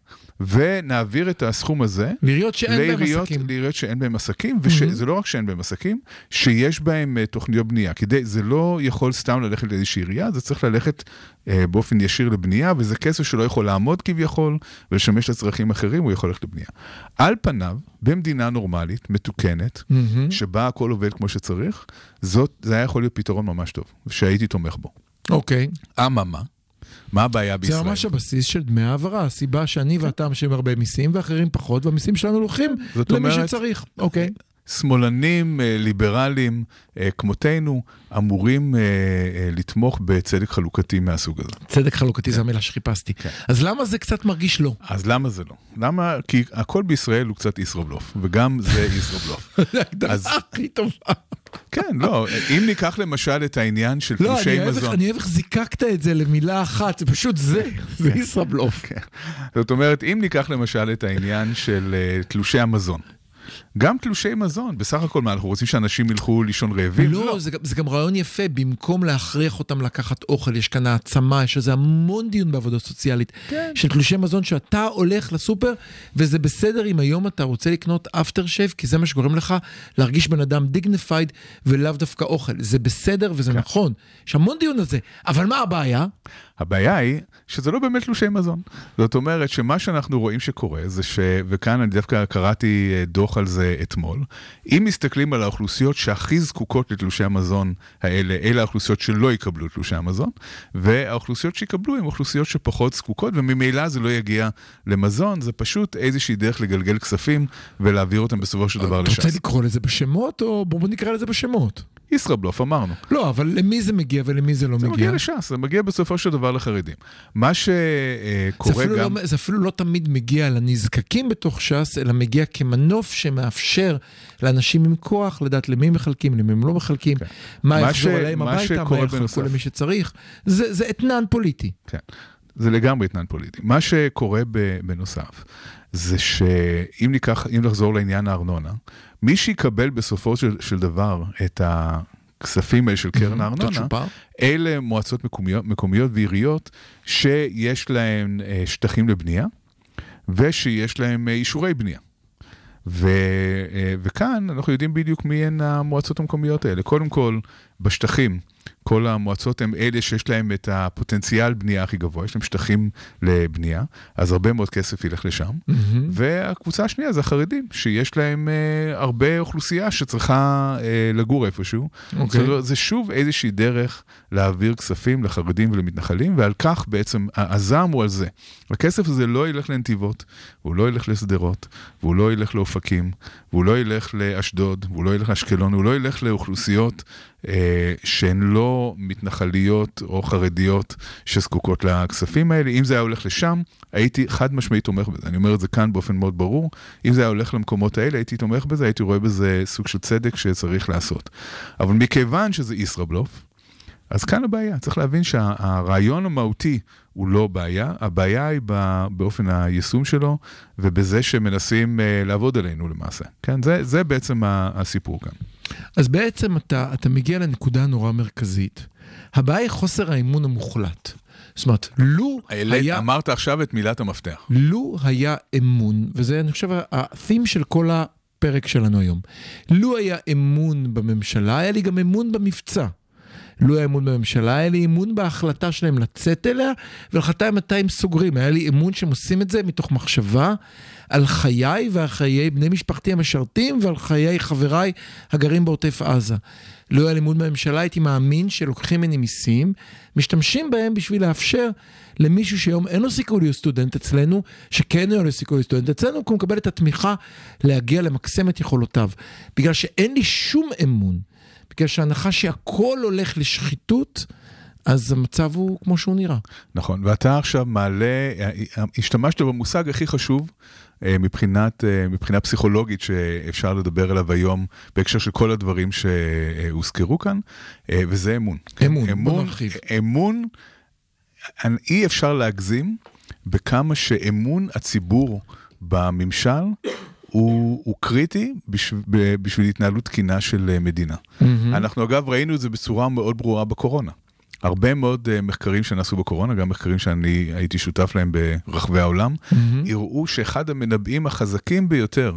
ונעביר את הסכום הזה לעיריות שאין בהם עסקים. לעיריות שאין בהם עסקים, וזה לא רק שאין בהם עסקים, שיש בהם תוכניות בנייה. כדי, זה לא יכול סתם ללכת לאיזושהי עירייה, זה צריך ללכת באופן ישיר לבנייה, וזה כסף שלא יכול לעמוד כביכול, ולשמש לצרכים אחרים, הוא יכול ללכת לבנייה. על פניו, במדינה נורמלית, מתוקנת, שבה הכל עובד כמו שצריך, זאת, זה היה יכול להיות פתרון ממש טוב, שהייתי תומך בו. אוקיי. אממה, מה הבעיה בישראל? זה ממש הבסיס של דמי העברה, הסיבה שאני ואתה משלמים הרבה מיסים, ואחרים פחות, והמיסים שלנו לוקחים למי שצריך. אוקיי. שמאלנים, ליברלים, כמותנו, אמורים לתמוך בצדק חלוקתי מהסוג הזה. צדק חלוקתי זה המילה שחיפשתי. אז למה זה קצת מרגיש לא? אז למה זה לא? למה? כי הכל בישראל הוא קצת ישראבלוף, וגם זה ישראבלוף. זה הגדרה הכי טובה. כן, לא, אם ניקח למשל את העניין של תלושי מזון. לא, אני אוהב איך זיקקת את זה למילה אחת, זה פשוט זה, זה ישראבלוף. זאת אומרת, אם ניקח למשל את העניין של תלושי המזון, גם תלושי מזון, בסך הכל מה, אנחנו רוצים שאנשים ילכו לישון רעבים? לא, לא. זה, זה גם רעיון יפה, במקום להכריח אותם לקחת אוכל, יש כאן העצמה, יש איזה המון דיון בעבודה סוציאלית, כן. של תלושי מזון, שאתה הולך לסופר, וזה בסדר אם היום אתה רוצה לקנות אפטר שייב, כי זה מה שגורם לך להרגיש בן אדם דיגניפייד, ולאו דווקא אוכל. זה בסדר וזה כן. נכון. יש המון דיון על זה. אבל מה הבעיה? הבעיה היא שזה לא באמת תלושי מזון. זאת אומרת שמה שאנחנו רואים שקורה, זה ש... וכאן אני דווקא קראתי דוח על זה אתמול, אם מסתכלים על האוכלוסיות שהכי זקוקות לתלושי המזון האלה, אלה האוכלוסיות שלא יקבלו תלושי המזון, והאוכלוסיות שיקבלו הן אוכלוסיות שפחות זקוקות, וממילא זה לא יגיע למזון, זה פשוט איזושהי דרך לגלגל כספים, ולהעביר אותם בסופו של דבר לש"ס. אתה רוצה לקרוא לזה בשמות, או בואו נקרא לזה בשמות? ישראבלוף, אמרנו. לא, אבל למי זה מגיע ולמי זה לא זה מגיע? זה מגיע לש"ס, זה מגיע בסופו של דבר לחרדים. מה שקורה זה גם... לא, זה אפילו לא תמיד מגיע לנזקקים בתוך ש"ס, אלא מגיע כמנוף שמאפשר לאנשים עם כוח לדעת למי מחלקים, למי הם לא מחלקים, כן. מה יחזור עליהם הביתה, מה יחלקו למי שצריך. זה, זה אתנן פוליטי. כן, זה לגמרי אתנן פוליטי. מה שקורה בנוסף, זה שאם ניקח, אם נחזור לעניין הארנונה, מי שיקבל בסופו של, של דבר את הכספים האלה של קרן הארנונה, אלה מועצות מקומיות, מקומיות ועיריות שיש להם שטחים לבנייה, ושיש להם אישורי בנייה. ו, וכאן אנחנו יודעים בדיוק מי הן המועצות המקומיות האלה. קודם כל, בשטחים, כל המועצות הם אלה שיש להם את הפוטנציאל בנייה הכי גבוה, יש להם שטחים לבנייה, אז הרבה מאוד כסף ילך לשם, mm-hmm. והקבוצה השנייה זה החרדים, שיש להם uh, הרבה אוכלוסייה שצריכה uh, לגור איפשהו, okay. זה, זה שוב איזושהי דרך להעביר כספים לחרדים ולמתנחלים, ועל כך בעצם הזעם הוא על זה. הכסף הזה לא ילך לנתיבות, והוא לא ילך לסדרות, והוא לא ילך לאופקים, והוא לא ילך לאשדוד, והוא לא ילך לאשקלון, הוא לא ילך לאוכלוסיות אה, שהן לא מתנחליות או חרדיות שזקוקות לכספים האלה. אם זה היה הולך לשם, הייתי חד משמעית תומך בזה. אני אומר את זה כאן באופן מאוד ברור. אם זה היה הולך למקומות האלה, הייתי תומך בזה, הייתי רואה בזה סוג של צדק שצריך לעשות. אבל מכיוון שזה ישראבלוף, אז כאן הבעיה. צריך להבין שהרעיון המהותי הוא לא בעיה, הבעיה היא באופן היישום שלו, ובזה שמנסים לעבוד עלינו למעשה. כן? זה, זה בעצם הסיפור כאן. אז בעצם אתה, אתה מגיע לנקודה נורא מרכזית. הבעיה היא חוסר האמון המוחלט. זאת אומרת, לו היה... אמרת עכשיו את מילת המפתח. לו היה אמון, וזה אני חושב התים של כל הפרק שלנו היום. לו היה אמון בממשלה, היה לי גם אמון במבצע. לא היה אמון בממשלה, היה לי אמון בהחלטה שלהם לצאת אליה, ולחלטה מתי הם סוגרים. היה לי אמון שהם עושים את זה מתוך מחשבה על חיי ועל חיי בני משפחתי המשרתים, ועל חיי חבריי הגרים בעוטף עזה. לא היה לי אמון בממשלה, הייתי מאמין שלוקחים מני מיסים, משתמשים בהם בשביל לאפשר למישהו שהיום אין לו סיכוי להיות סטודנט אצלנו, שכן אין לו סיכוי להיות סטודנט אצלנו, כי הוא מקבל את התמיכה להגיע למקסם את יכולותיו. בגלל שאין לי שום אמון, בגלל שההנחה שהכל הולך לשחיתות, אז המצב הוא כמו שהוא נראה. נכון, ואתה עכשיו מעלה, השתמשת במושג הכי חשוב, מבחינת, מבחינה פסיכולוגית שאפשר לדבר עליו היום, בהקשר של כל הדברים שהוזכרו כאן, וזה אמון. אמון, אמון, בוא נרחיב. אמון, אי אפשר להגזים בכמה שאמון הציבור בממשל, הוא, הוא קריטי בשביל, בשביל התנהלות תקינה של מדינה. Mm-hmm. אנחנו אגב ראינו את זה בצורה מאוד ברורה בקורונה. הרבה מאוד uh, מחקרים שנעשו בקורונה, גם מחקרים שאני הייתי שותף להם ברחבי העולם, mm-hmm. הראו שאחד המנבאים החזקים ביותר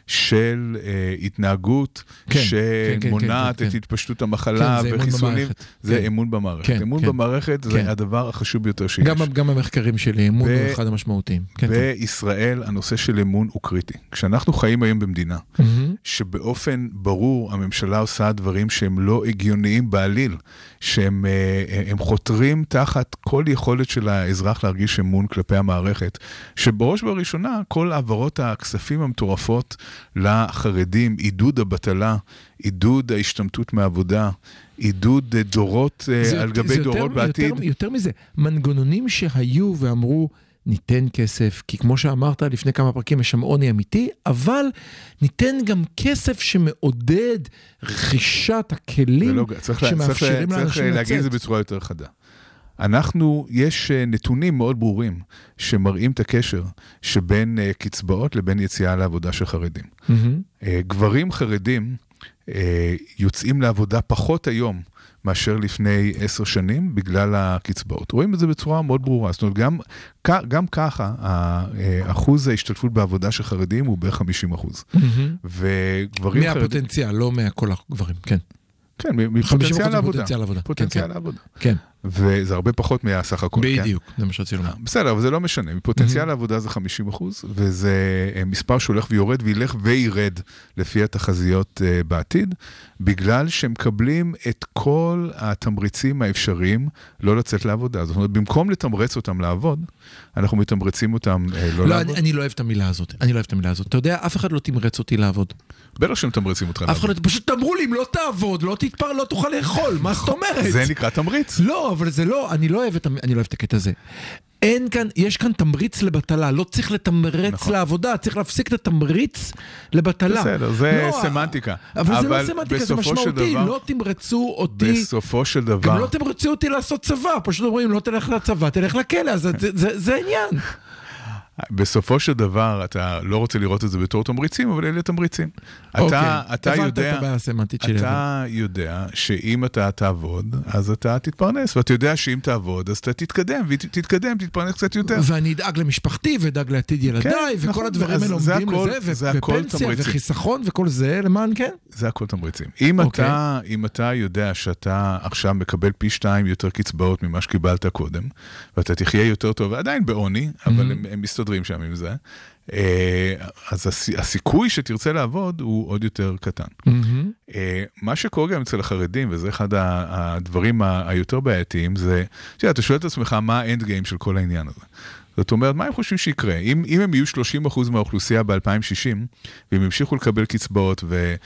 של uh, התנהגות כן, שמונעת כן, כן, כן, את כן. התפשטות המחלה כן, וחיסונים, זה כן. אמון במערכת. כן, אמון כן. במערכת כן. זה הדבר החשוב ביותר שיש. גם, גם המחקרים שלי, אמון ב- הוא אחד המשמעותיים. כן, בישראל כן. הנושא של אמון הוא קריטי. כשאנחנו חיים היום במדינה, mm-hmm. שבאופן ברור הממשלה עושה דברים שהם לא הגיוניים בעליל, שהם הם חותרים תחת כל יכולת של האזרח להרגיש אמון כלפי המערכת, שבראש בראשונה כל העברות הכספים המטורפות לחרדים, עידוד הבטלה, עידוד ההשתמטות מעבודה, עידוד דורות על גבי דורות יותר, בעתיד. יותר, יותר מזה, מנגנונים שהיו ואמרו, ניתן כסף, כי כמו שאמרת לפני כמה פרקים, יש שם עוני אמיתי, אבל ניתן גם כסף שמעודד רכישת הכלים לא, צריך שמאפשרים לאנשים לצאת. צריך להגיד את זה בצורה יותר חדה. אנחנו, יש נתונים מאוד ברורים שמראים את הקשר שבין קצבאות לבין יציאה לעבודה של חרדים. Mm-hmm. גברים חרדים יוצאים לעבודה פחות היום, מאשר לפני עשר שנים, בגלל הקצבאות. רואים את זה בצורה מאוד ברורה. זאת אומרת, גם, גם ככה, האחוז ההשתתפות בעבודה של חרדים הוא בערך חמישים אחוז. וגברים חרדים... מהפוטנציאל, לא מהכל הגברים, כן. כן, מפוטנציאל לעבודה. פוטנציאל לעבודה. כן. וזה הרבה פחות מהסך הכל. בדיוק, זה מה שרציתי לומר. בסדר, אבל זה לא משנה. מפוטנציאל לעבודה זה חמישים אחוז, וזה מספר שהולך ויורד, וילך וירד לפי התחזיות בעתיד, בגלל שהם מקבלים את כל התמריצים האפשריים לא לצאת לעבודה. זאת אומרת, במקום לתמרץ אותם לעבוד, אנחנו מתמרצים אותם לא לעבוד. אני לא אוהב את המילה הזאת. אני לא אוהב את המילה הזאת. אתה יודע, אף אחד לא תמרץ אותי לעבוד. בטח שהם תמרצים אותך לעבוד. אף אחד פשוט תאמרו לי, אם לא תעבוד, לא תתפר, לא תוכל לאכול. מה זאת אומרת? זה נקרא תמריץ. לא, אבל זה לא, אני לא אוהב את, אני לא אוהב את הקטע הזה. אין כאן, יש כאן תמריץ לבטלה, לא צריך לתמרץ נכון. לעבודה, צריך להפסיק את התמריץ לבטלה. בסדר, זה לא, סמנטיקה. אבל, אבל זה לא סמנטיקה, זה משמעותי, דבר, לא תמרצו אותי. בסופו של דבר. גם לא תמרצו אותי לעשות צבא, פשוט אומרים, לא תלך לצבא, תלך לכלא, אז זה, זה, זה, זה עניין. בסופו של דבר, אתה לא רוצה לראות את זה בתור תמריצים, אבל אלה תמריצים. אתה, אתה יודע, אתה יודע שאם אתה תעבוד, אז אתה תתפרנס, ואתה יודע שאם תעבוד, אז אתה תתקדם, ותתקדם, תתפרנס קצת יותר. ואני אדאג למשפחתי, ודאג לעתיד ילדיי, וכל הדברים האלה עומדים לזה, ופנסיה, וחיסכון, וכל זה, למען כן? זה הכל תמריצים. אם אתה, אם אתה יודע שאתה עכשיו מקבל פי שתיים יותר קצבאות ממה שקיבלת קודם, ואתה תחיה יותר טוב, עדיין בעוני, אבל הם, הם מסתדרים שם עם זה, אז הסיכוי שתרצה לעבוד הוא עוד יותר קטן. מה שקורה גם אצל החרדים, וזה אחד הדברים היותר בעייתיים, זה, אתה שואל את עצמך מה האנד גיים של כל העניין הזה. זאת אומרת, מה הם חושבים שיקרה? אם, אם הם יהיו שלושים אחוז מהאוכלוסייה ב-אלפיים ושישים, והם ימשיכו לקבל קצבאות,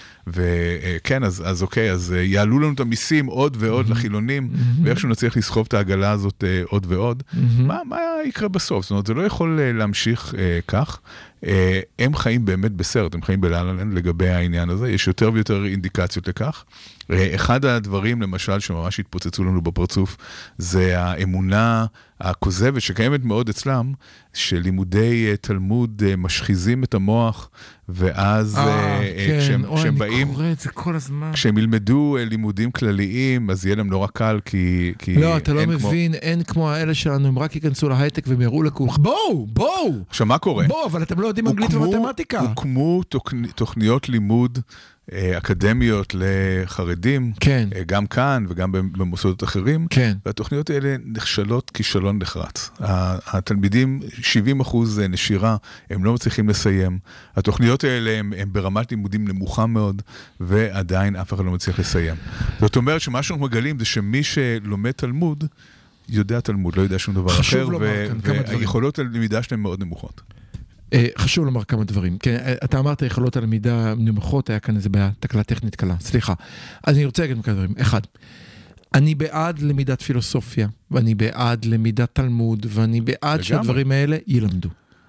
וכן, אז, אז אוקיי, אז יעלו לנו את המיסים עוד ועוד לחילונים, ואיכשהו נצליח לסחוב את העגלה הזאת עוד ועוד, מה, מה יקרה בסוף? זאת אומרת, זה לא יכול להמשיך כך. הם חיים באמת בסרט, הם חיים בללנד לגבי העניין הזה, יש יותר ויותר אינדיקציות לכך. אחד הדברים, למשל, שממש התפוצצו לנו בפרצוף, זה האמונה הכוזבת שקיימת מאוד אצלם, שלימודי תלמוד משחיזים את המוח, ואז כשהם באים, כשהם ילמדו לימודים כלליים, אז יהיה להם נורא קל, כי... לא, אתה לא מבין, אין כמו האלה שלנו, הם רק ייכנסו להייטק והם יראו לכולך, בואו, בואו! עכשיו, מה קורה? בואו, אבל אתם לא יודעים אנגלית ומתמטיקה. הוקמו תוכניות לימוד אקדמיות לחרדים, כן. גם כאן וגם במוסדות אחרים, כן. והתוכניות האלה נכשלות כישלון נחרץ. התלמידים, שבעים אחוז נשירה, הם לא מצליחים לסיים. התוכניות האלה הם, הם ברמת לימודים נמוכה מאוד, ועדיין אף אחד לא מצליח לסיים. זאת אומרת שמה שאנחנו מגלים זה שמי שלומד תלמוד, יודע תלמוד, לא יודע שום דבר אחר, והיכולות הלמידה שלהם מאוד נמוכות. חשוב לומר כמה דברים. כן, אתה אמרת יכולות הלמידה נמוכות, היה כאן איזה בעיה, תקלה טכנית קלה. סליחה. אז אני רוצה להגיד כמה דברים. אחד, אני בעד למידת פילוסופיה, ואני בעד למידת תלמוד, ואני בעד שהדברים האלה ילמדו.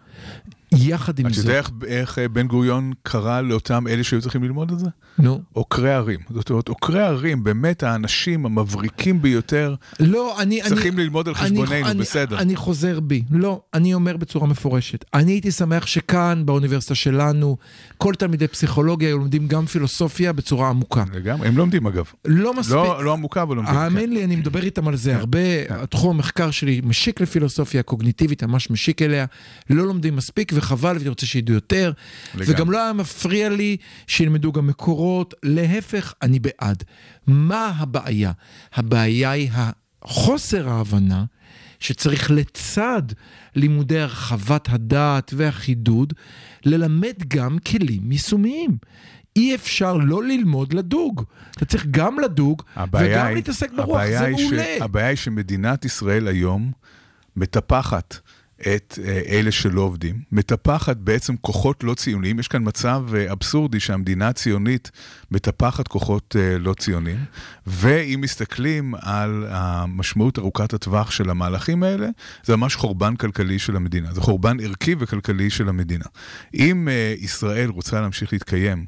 יחד עם זאת. אתה יודע איך, איך בן גוריון קרא לאותם אלה שהיו צריכים ללמוד את זה? נו. עוקרי ערים. זאת אומרת, עוקרי ערים, באמת האנשים המבריקים ביותר, לא, אני, צריכים אני, ללמוד על חשבוננו, אני, בסדר. אני, אני חוזר בי. לא, אני אומר בצורה מפורשת. אני הייתי שמח שכאן, באוניברסיטה שלנו, כל תלמידי פסיכולוגיה לומדים גם פילוסופיה בצורה עמוקה. לגמרי, הם לומדים אגב. לא מספיק. לא, לא עמוקה, אבל לומדים. האמן לי, אני מדבר איתם על זה הרבה. התחום המחקר שלי משיק לפילוסופיה קוגניטיבית, ממש משיק אליה. לא לומדים מספיק, וחבל, ואני רוצה שידעו יותר. וגם לא היה מפריע לי שילמדו גם מקורות. להפך, אני בעד. מה הבעיה? הבעיה היא החוסר ההבנה שצריך לצד לימודי הרחבת הדעת והחידוד, ללמד גם כלים יישומיים. אי אפשר לא ללמוד לדוג. אתה צריך גם לדוג וגם היא, להתעסק ברוח. זה מעולה. ש... הבעיה היא שמדינת ישראל היום מטפחת את אלה שלא עובדים, מטפחת בעצם כוחות לא ציוניים. יש כאן מצב אבסורדי שהמדינה הציונית מטפחת כוחות לא ציוניים, ואם מסתכלים על המשמעות ארוכת הטווח של המהלכים האלה, זה ממש חורבן כלכלי של המדינה, זה חורבן ערכי וכלכלי של המדינה. אם ישראל רוצה להמשיך להתקיים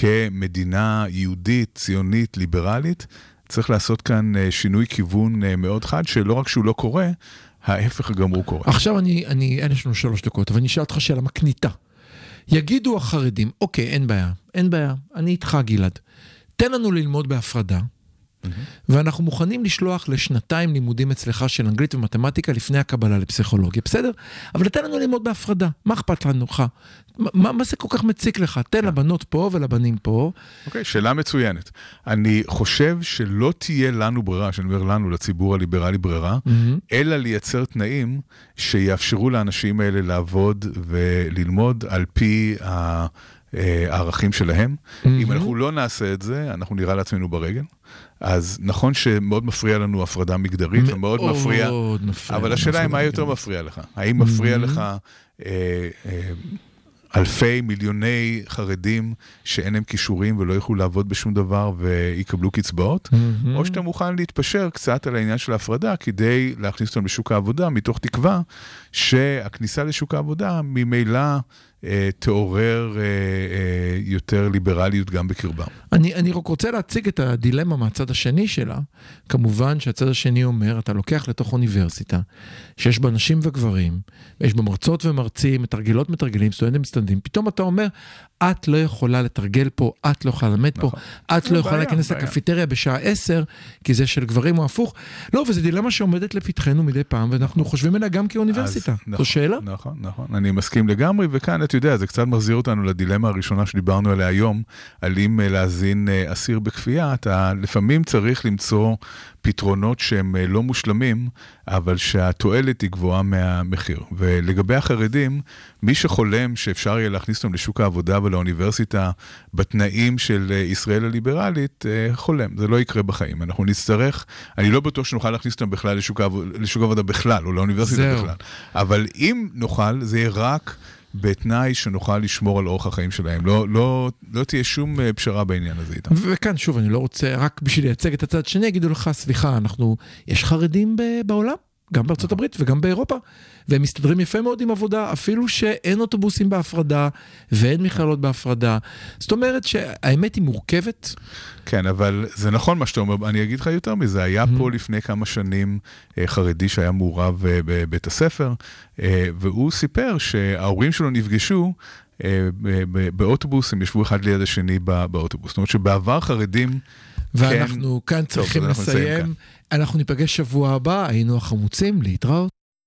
כמדינה יהודית, ציונית, ליברלית, צריך לעשות כאן שינוי כיוון מאוד חד, שלא רק שהוא לא קורה, ההפך הגמור קורה. עכשיו אני, אני, אין לנו שלוש דקות, אבל אני אשאל אותך שאלה מקניטה. יגידו החרדים, אוקיי, אין בעיה, אין בעיה, אני איתך גלעד. תן לנו ללמוד בהפרדה, mm-hmm. ואנחנו מוכנים לשלוח לשנתיים לימודים אצלך של אנגלית ומתמטיקה לפני הקבלה לפסיכולוגיה, בסדר? אבל תן לנו ללמוד בהפרדה, מה אכפת לנו לך? מה, מה זה כל כך מציק לך? תן לבנות פה ולבנים פה. אוקיי, שאלה מצוינת. אני חושב שלא תהיה לנו ברירה, שאני אומר לנו, לציבור הליברלי ברירה, אלא לייצר תנאים שיאפשרו לאנשים האלה לעבוד וללמוד על פי הערכים שלהם. אם אנחנו לא נעשה את זה, אנחנו נראה לעצמנו ברגל. אז נכון שמאוד מפריע לנו הפרדה מגדרית, ומאוד מפריע, אבל השאלה היא מה יותר מפריע לך? האם מפריע לך אלפי, מיליוני חרדים שאין להם כישורים ולא יוכלו לעבוד בשום דבר ויקבלו קצבאות, mm-hmm. או שאתה מוכן להתפשר קצת על העניין של ההפרדה כדי להכניס אותם לשוק העבודה, מתוך תקווה שהכניסה לשוק העבודה ממילא תעורר יותר ליברליות גם בקרבם. אני, אני רק רוצה להציג את הדילמה מהצד השני שלה. כמובן שהצד השני אומר, אתה לוקח לתוך אוניברסיטה, שיש בה נשים וגברים, יש בה מרצות ומרצים, מתרגלות מתרגלים, סטודנטים מסטודנטים, פתאום אתה אומר, את לא יכולה לתרגל פה, את לא יכולה ללמד פה, את לא יכולה להיכנס לקפיטריה בשעה עשר, כי זה של גברים או הפוך. לא, וזה דילמה שעומדת לפתחנו מדי פעם, ואנחנו חושבים עליה גם כאוניברסיטה. זו שאלה? נכון, נכון. אני מסכים לגמרי, וכאן, אתה יודע, זה קצת מחזיר אותנו לדילמה הראשונה שדיברנו עליה היום, על אם להזין אסיר בכפייה, אתה לפעמים צריך למצוא פתרונות שהם לא מושלמים, אבל שהתועלת היא גבוהה מהמחיר. ולגבי החרדים, מי שחולם שאפשר יהיה להכניס אותם לשוק העבודה ולאוניברסיטה בתנאים של ישראל הליברלית, חולם. זה לא יקרה בחיים. אנחנו נצטרך, אני לא בטוח שנוכל להכניס אותם בכלל לשוק העבודה, לשוק העבודה בכלל, או לאוניברסיטה בכלל. אבל אם נוכל, זה יהיה רק בתנאי שנוכל לשמור על אורח החיים שלהם. לא, לא, לא תהיה שום פשרה בעניין הזה איתם. וכאן, שוב, אני לא רוצה, רק בשביל לייצג את הצד שני, יגידו לך, סליחה, אנחנו, יש חרדים בעולם, גם בארצות הברית וגם באירופה, והם מסתדרים יפה מאוד עם עבודה, אפילו שאין אוטובוסים בהפרדה, ואין מכללות בהפרדה. זאת אומרת שהאמת היא מורכבת. כן, אבל זה נכון מה שאתה אומר, אני אגיד לך יותר מזה, היה פה לפני כמה שנים חרדי שהיה מעורב בבית הספר, והוא סיפר שההורים שלו נפגשו, באוטובוס, הם ישבו אחד ליד השני באוטובוס. זאת אומרת שבעבר חרדים... ואנחנו כאן צריכים לסיים. אנחנו ניפגש שבוע הבא, היינו החמוצים, להתראות.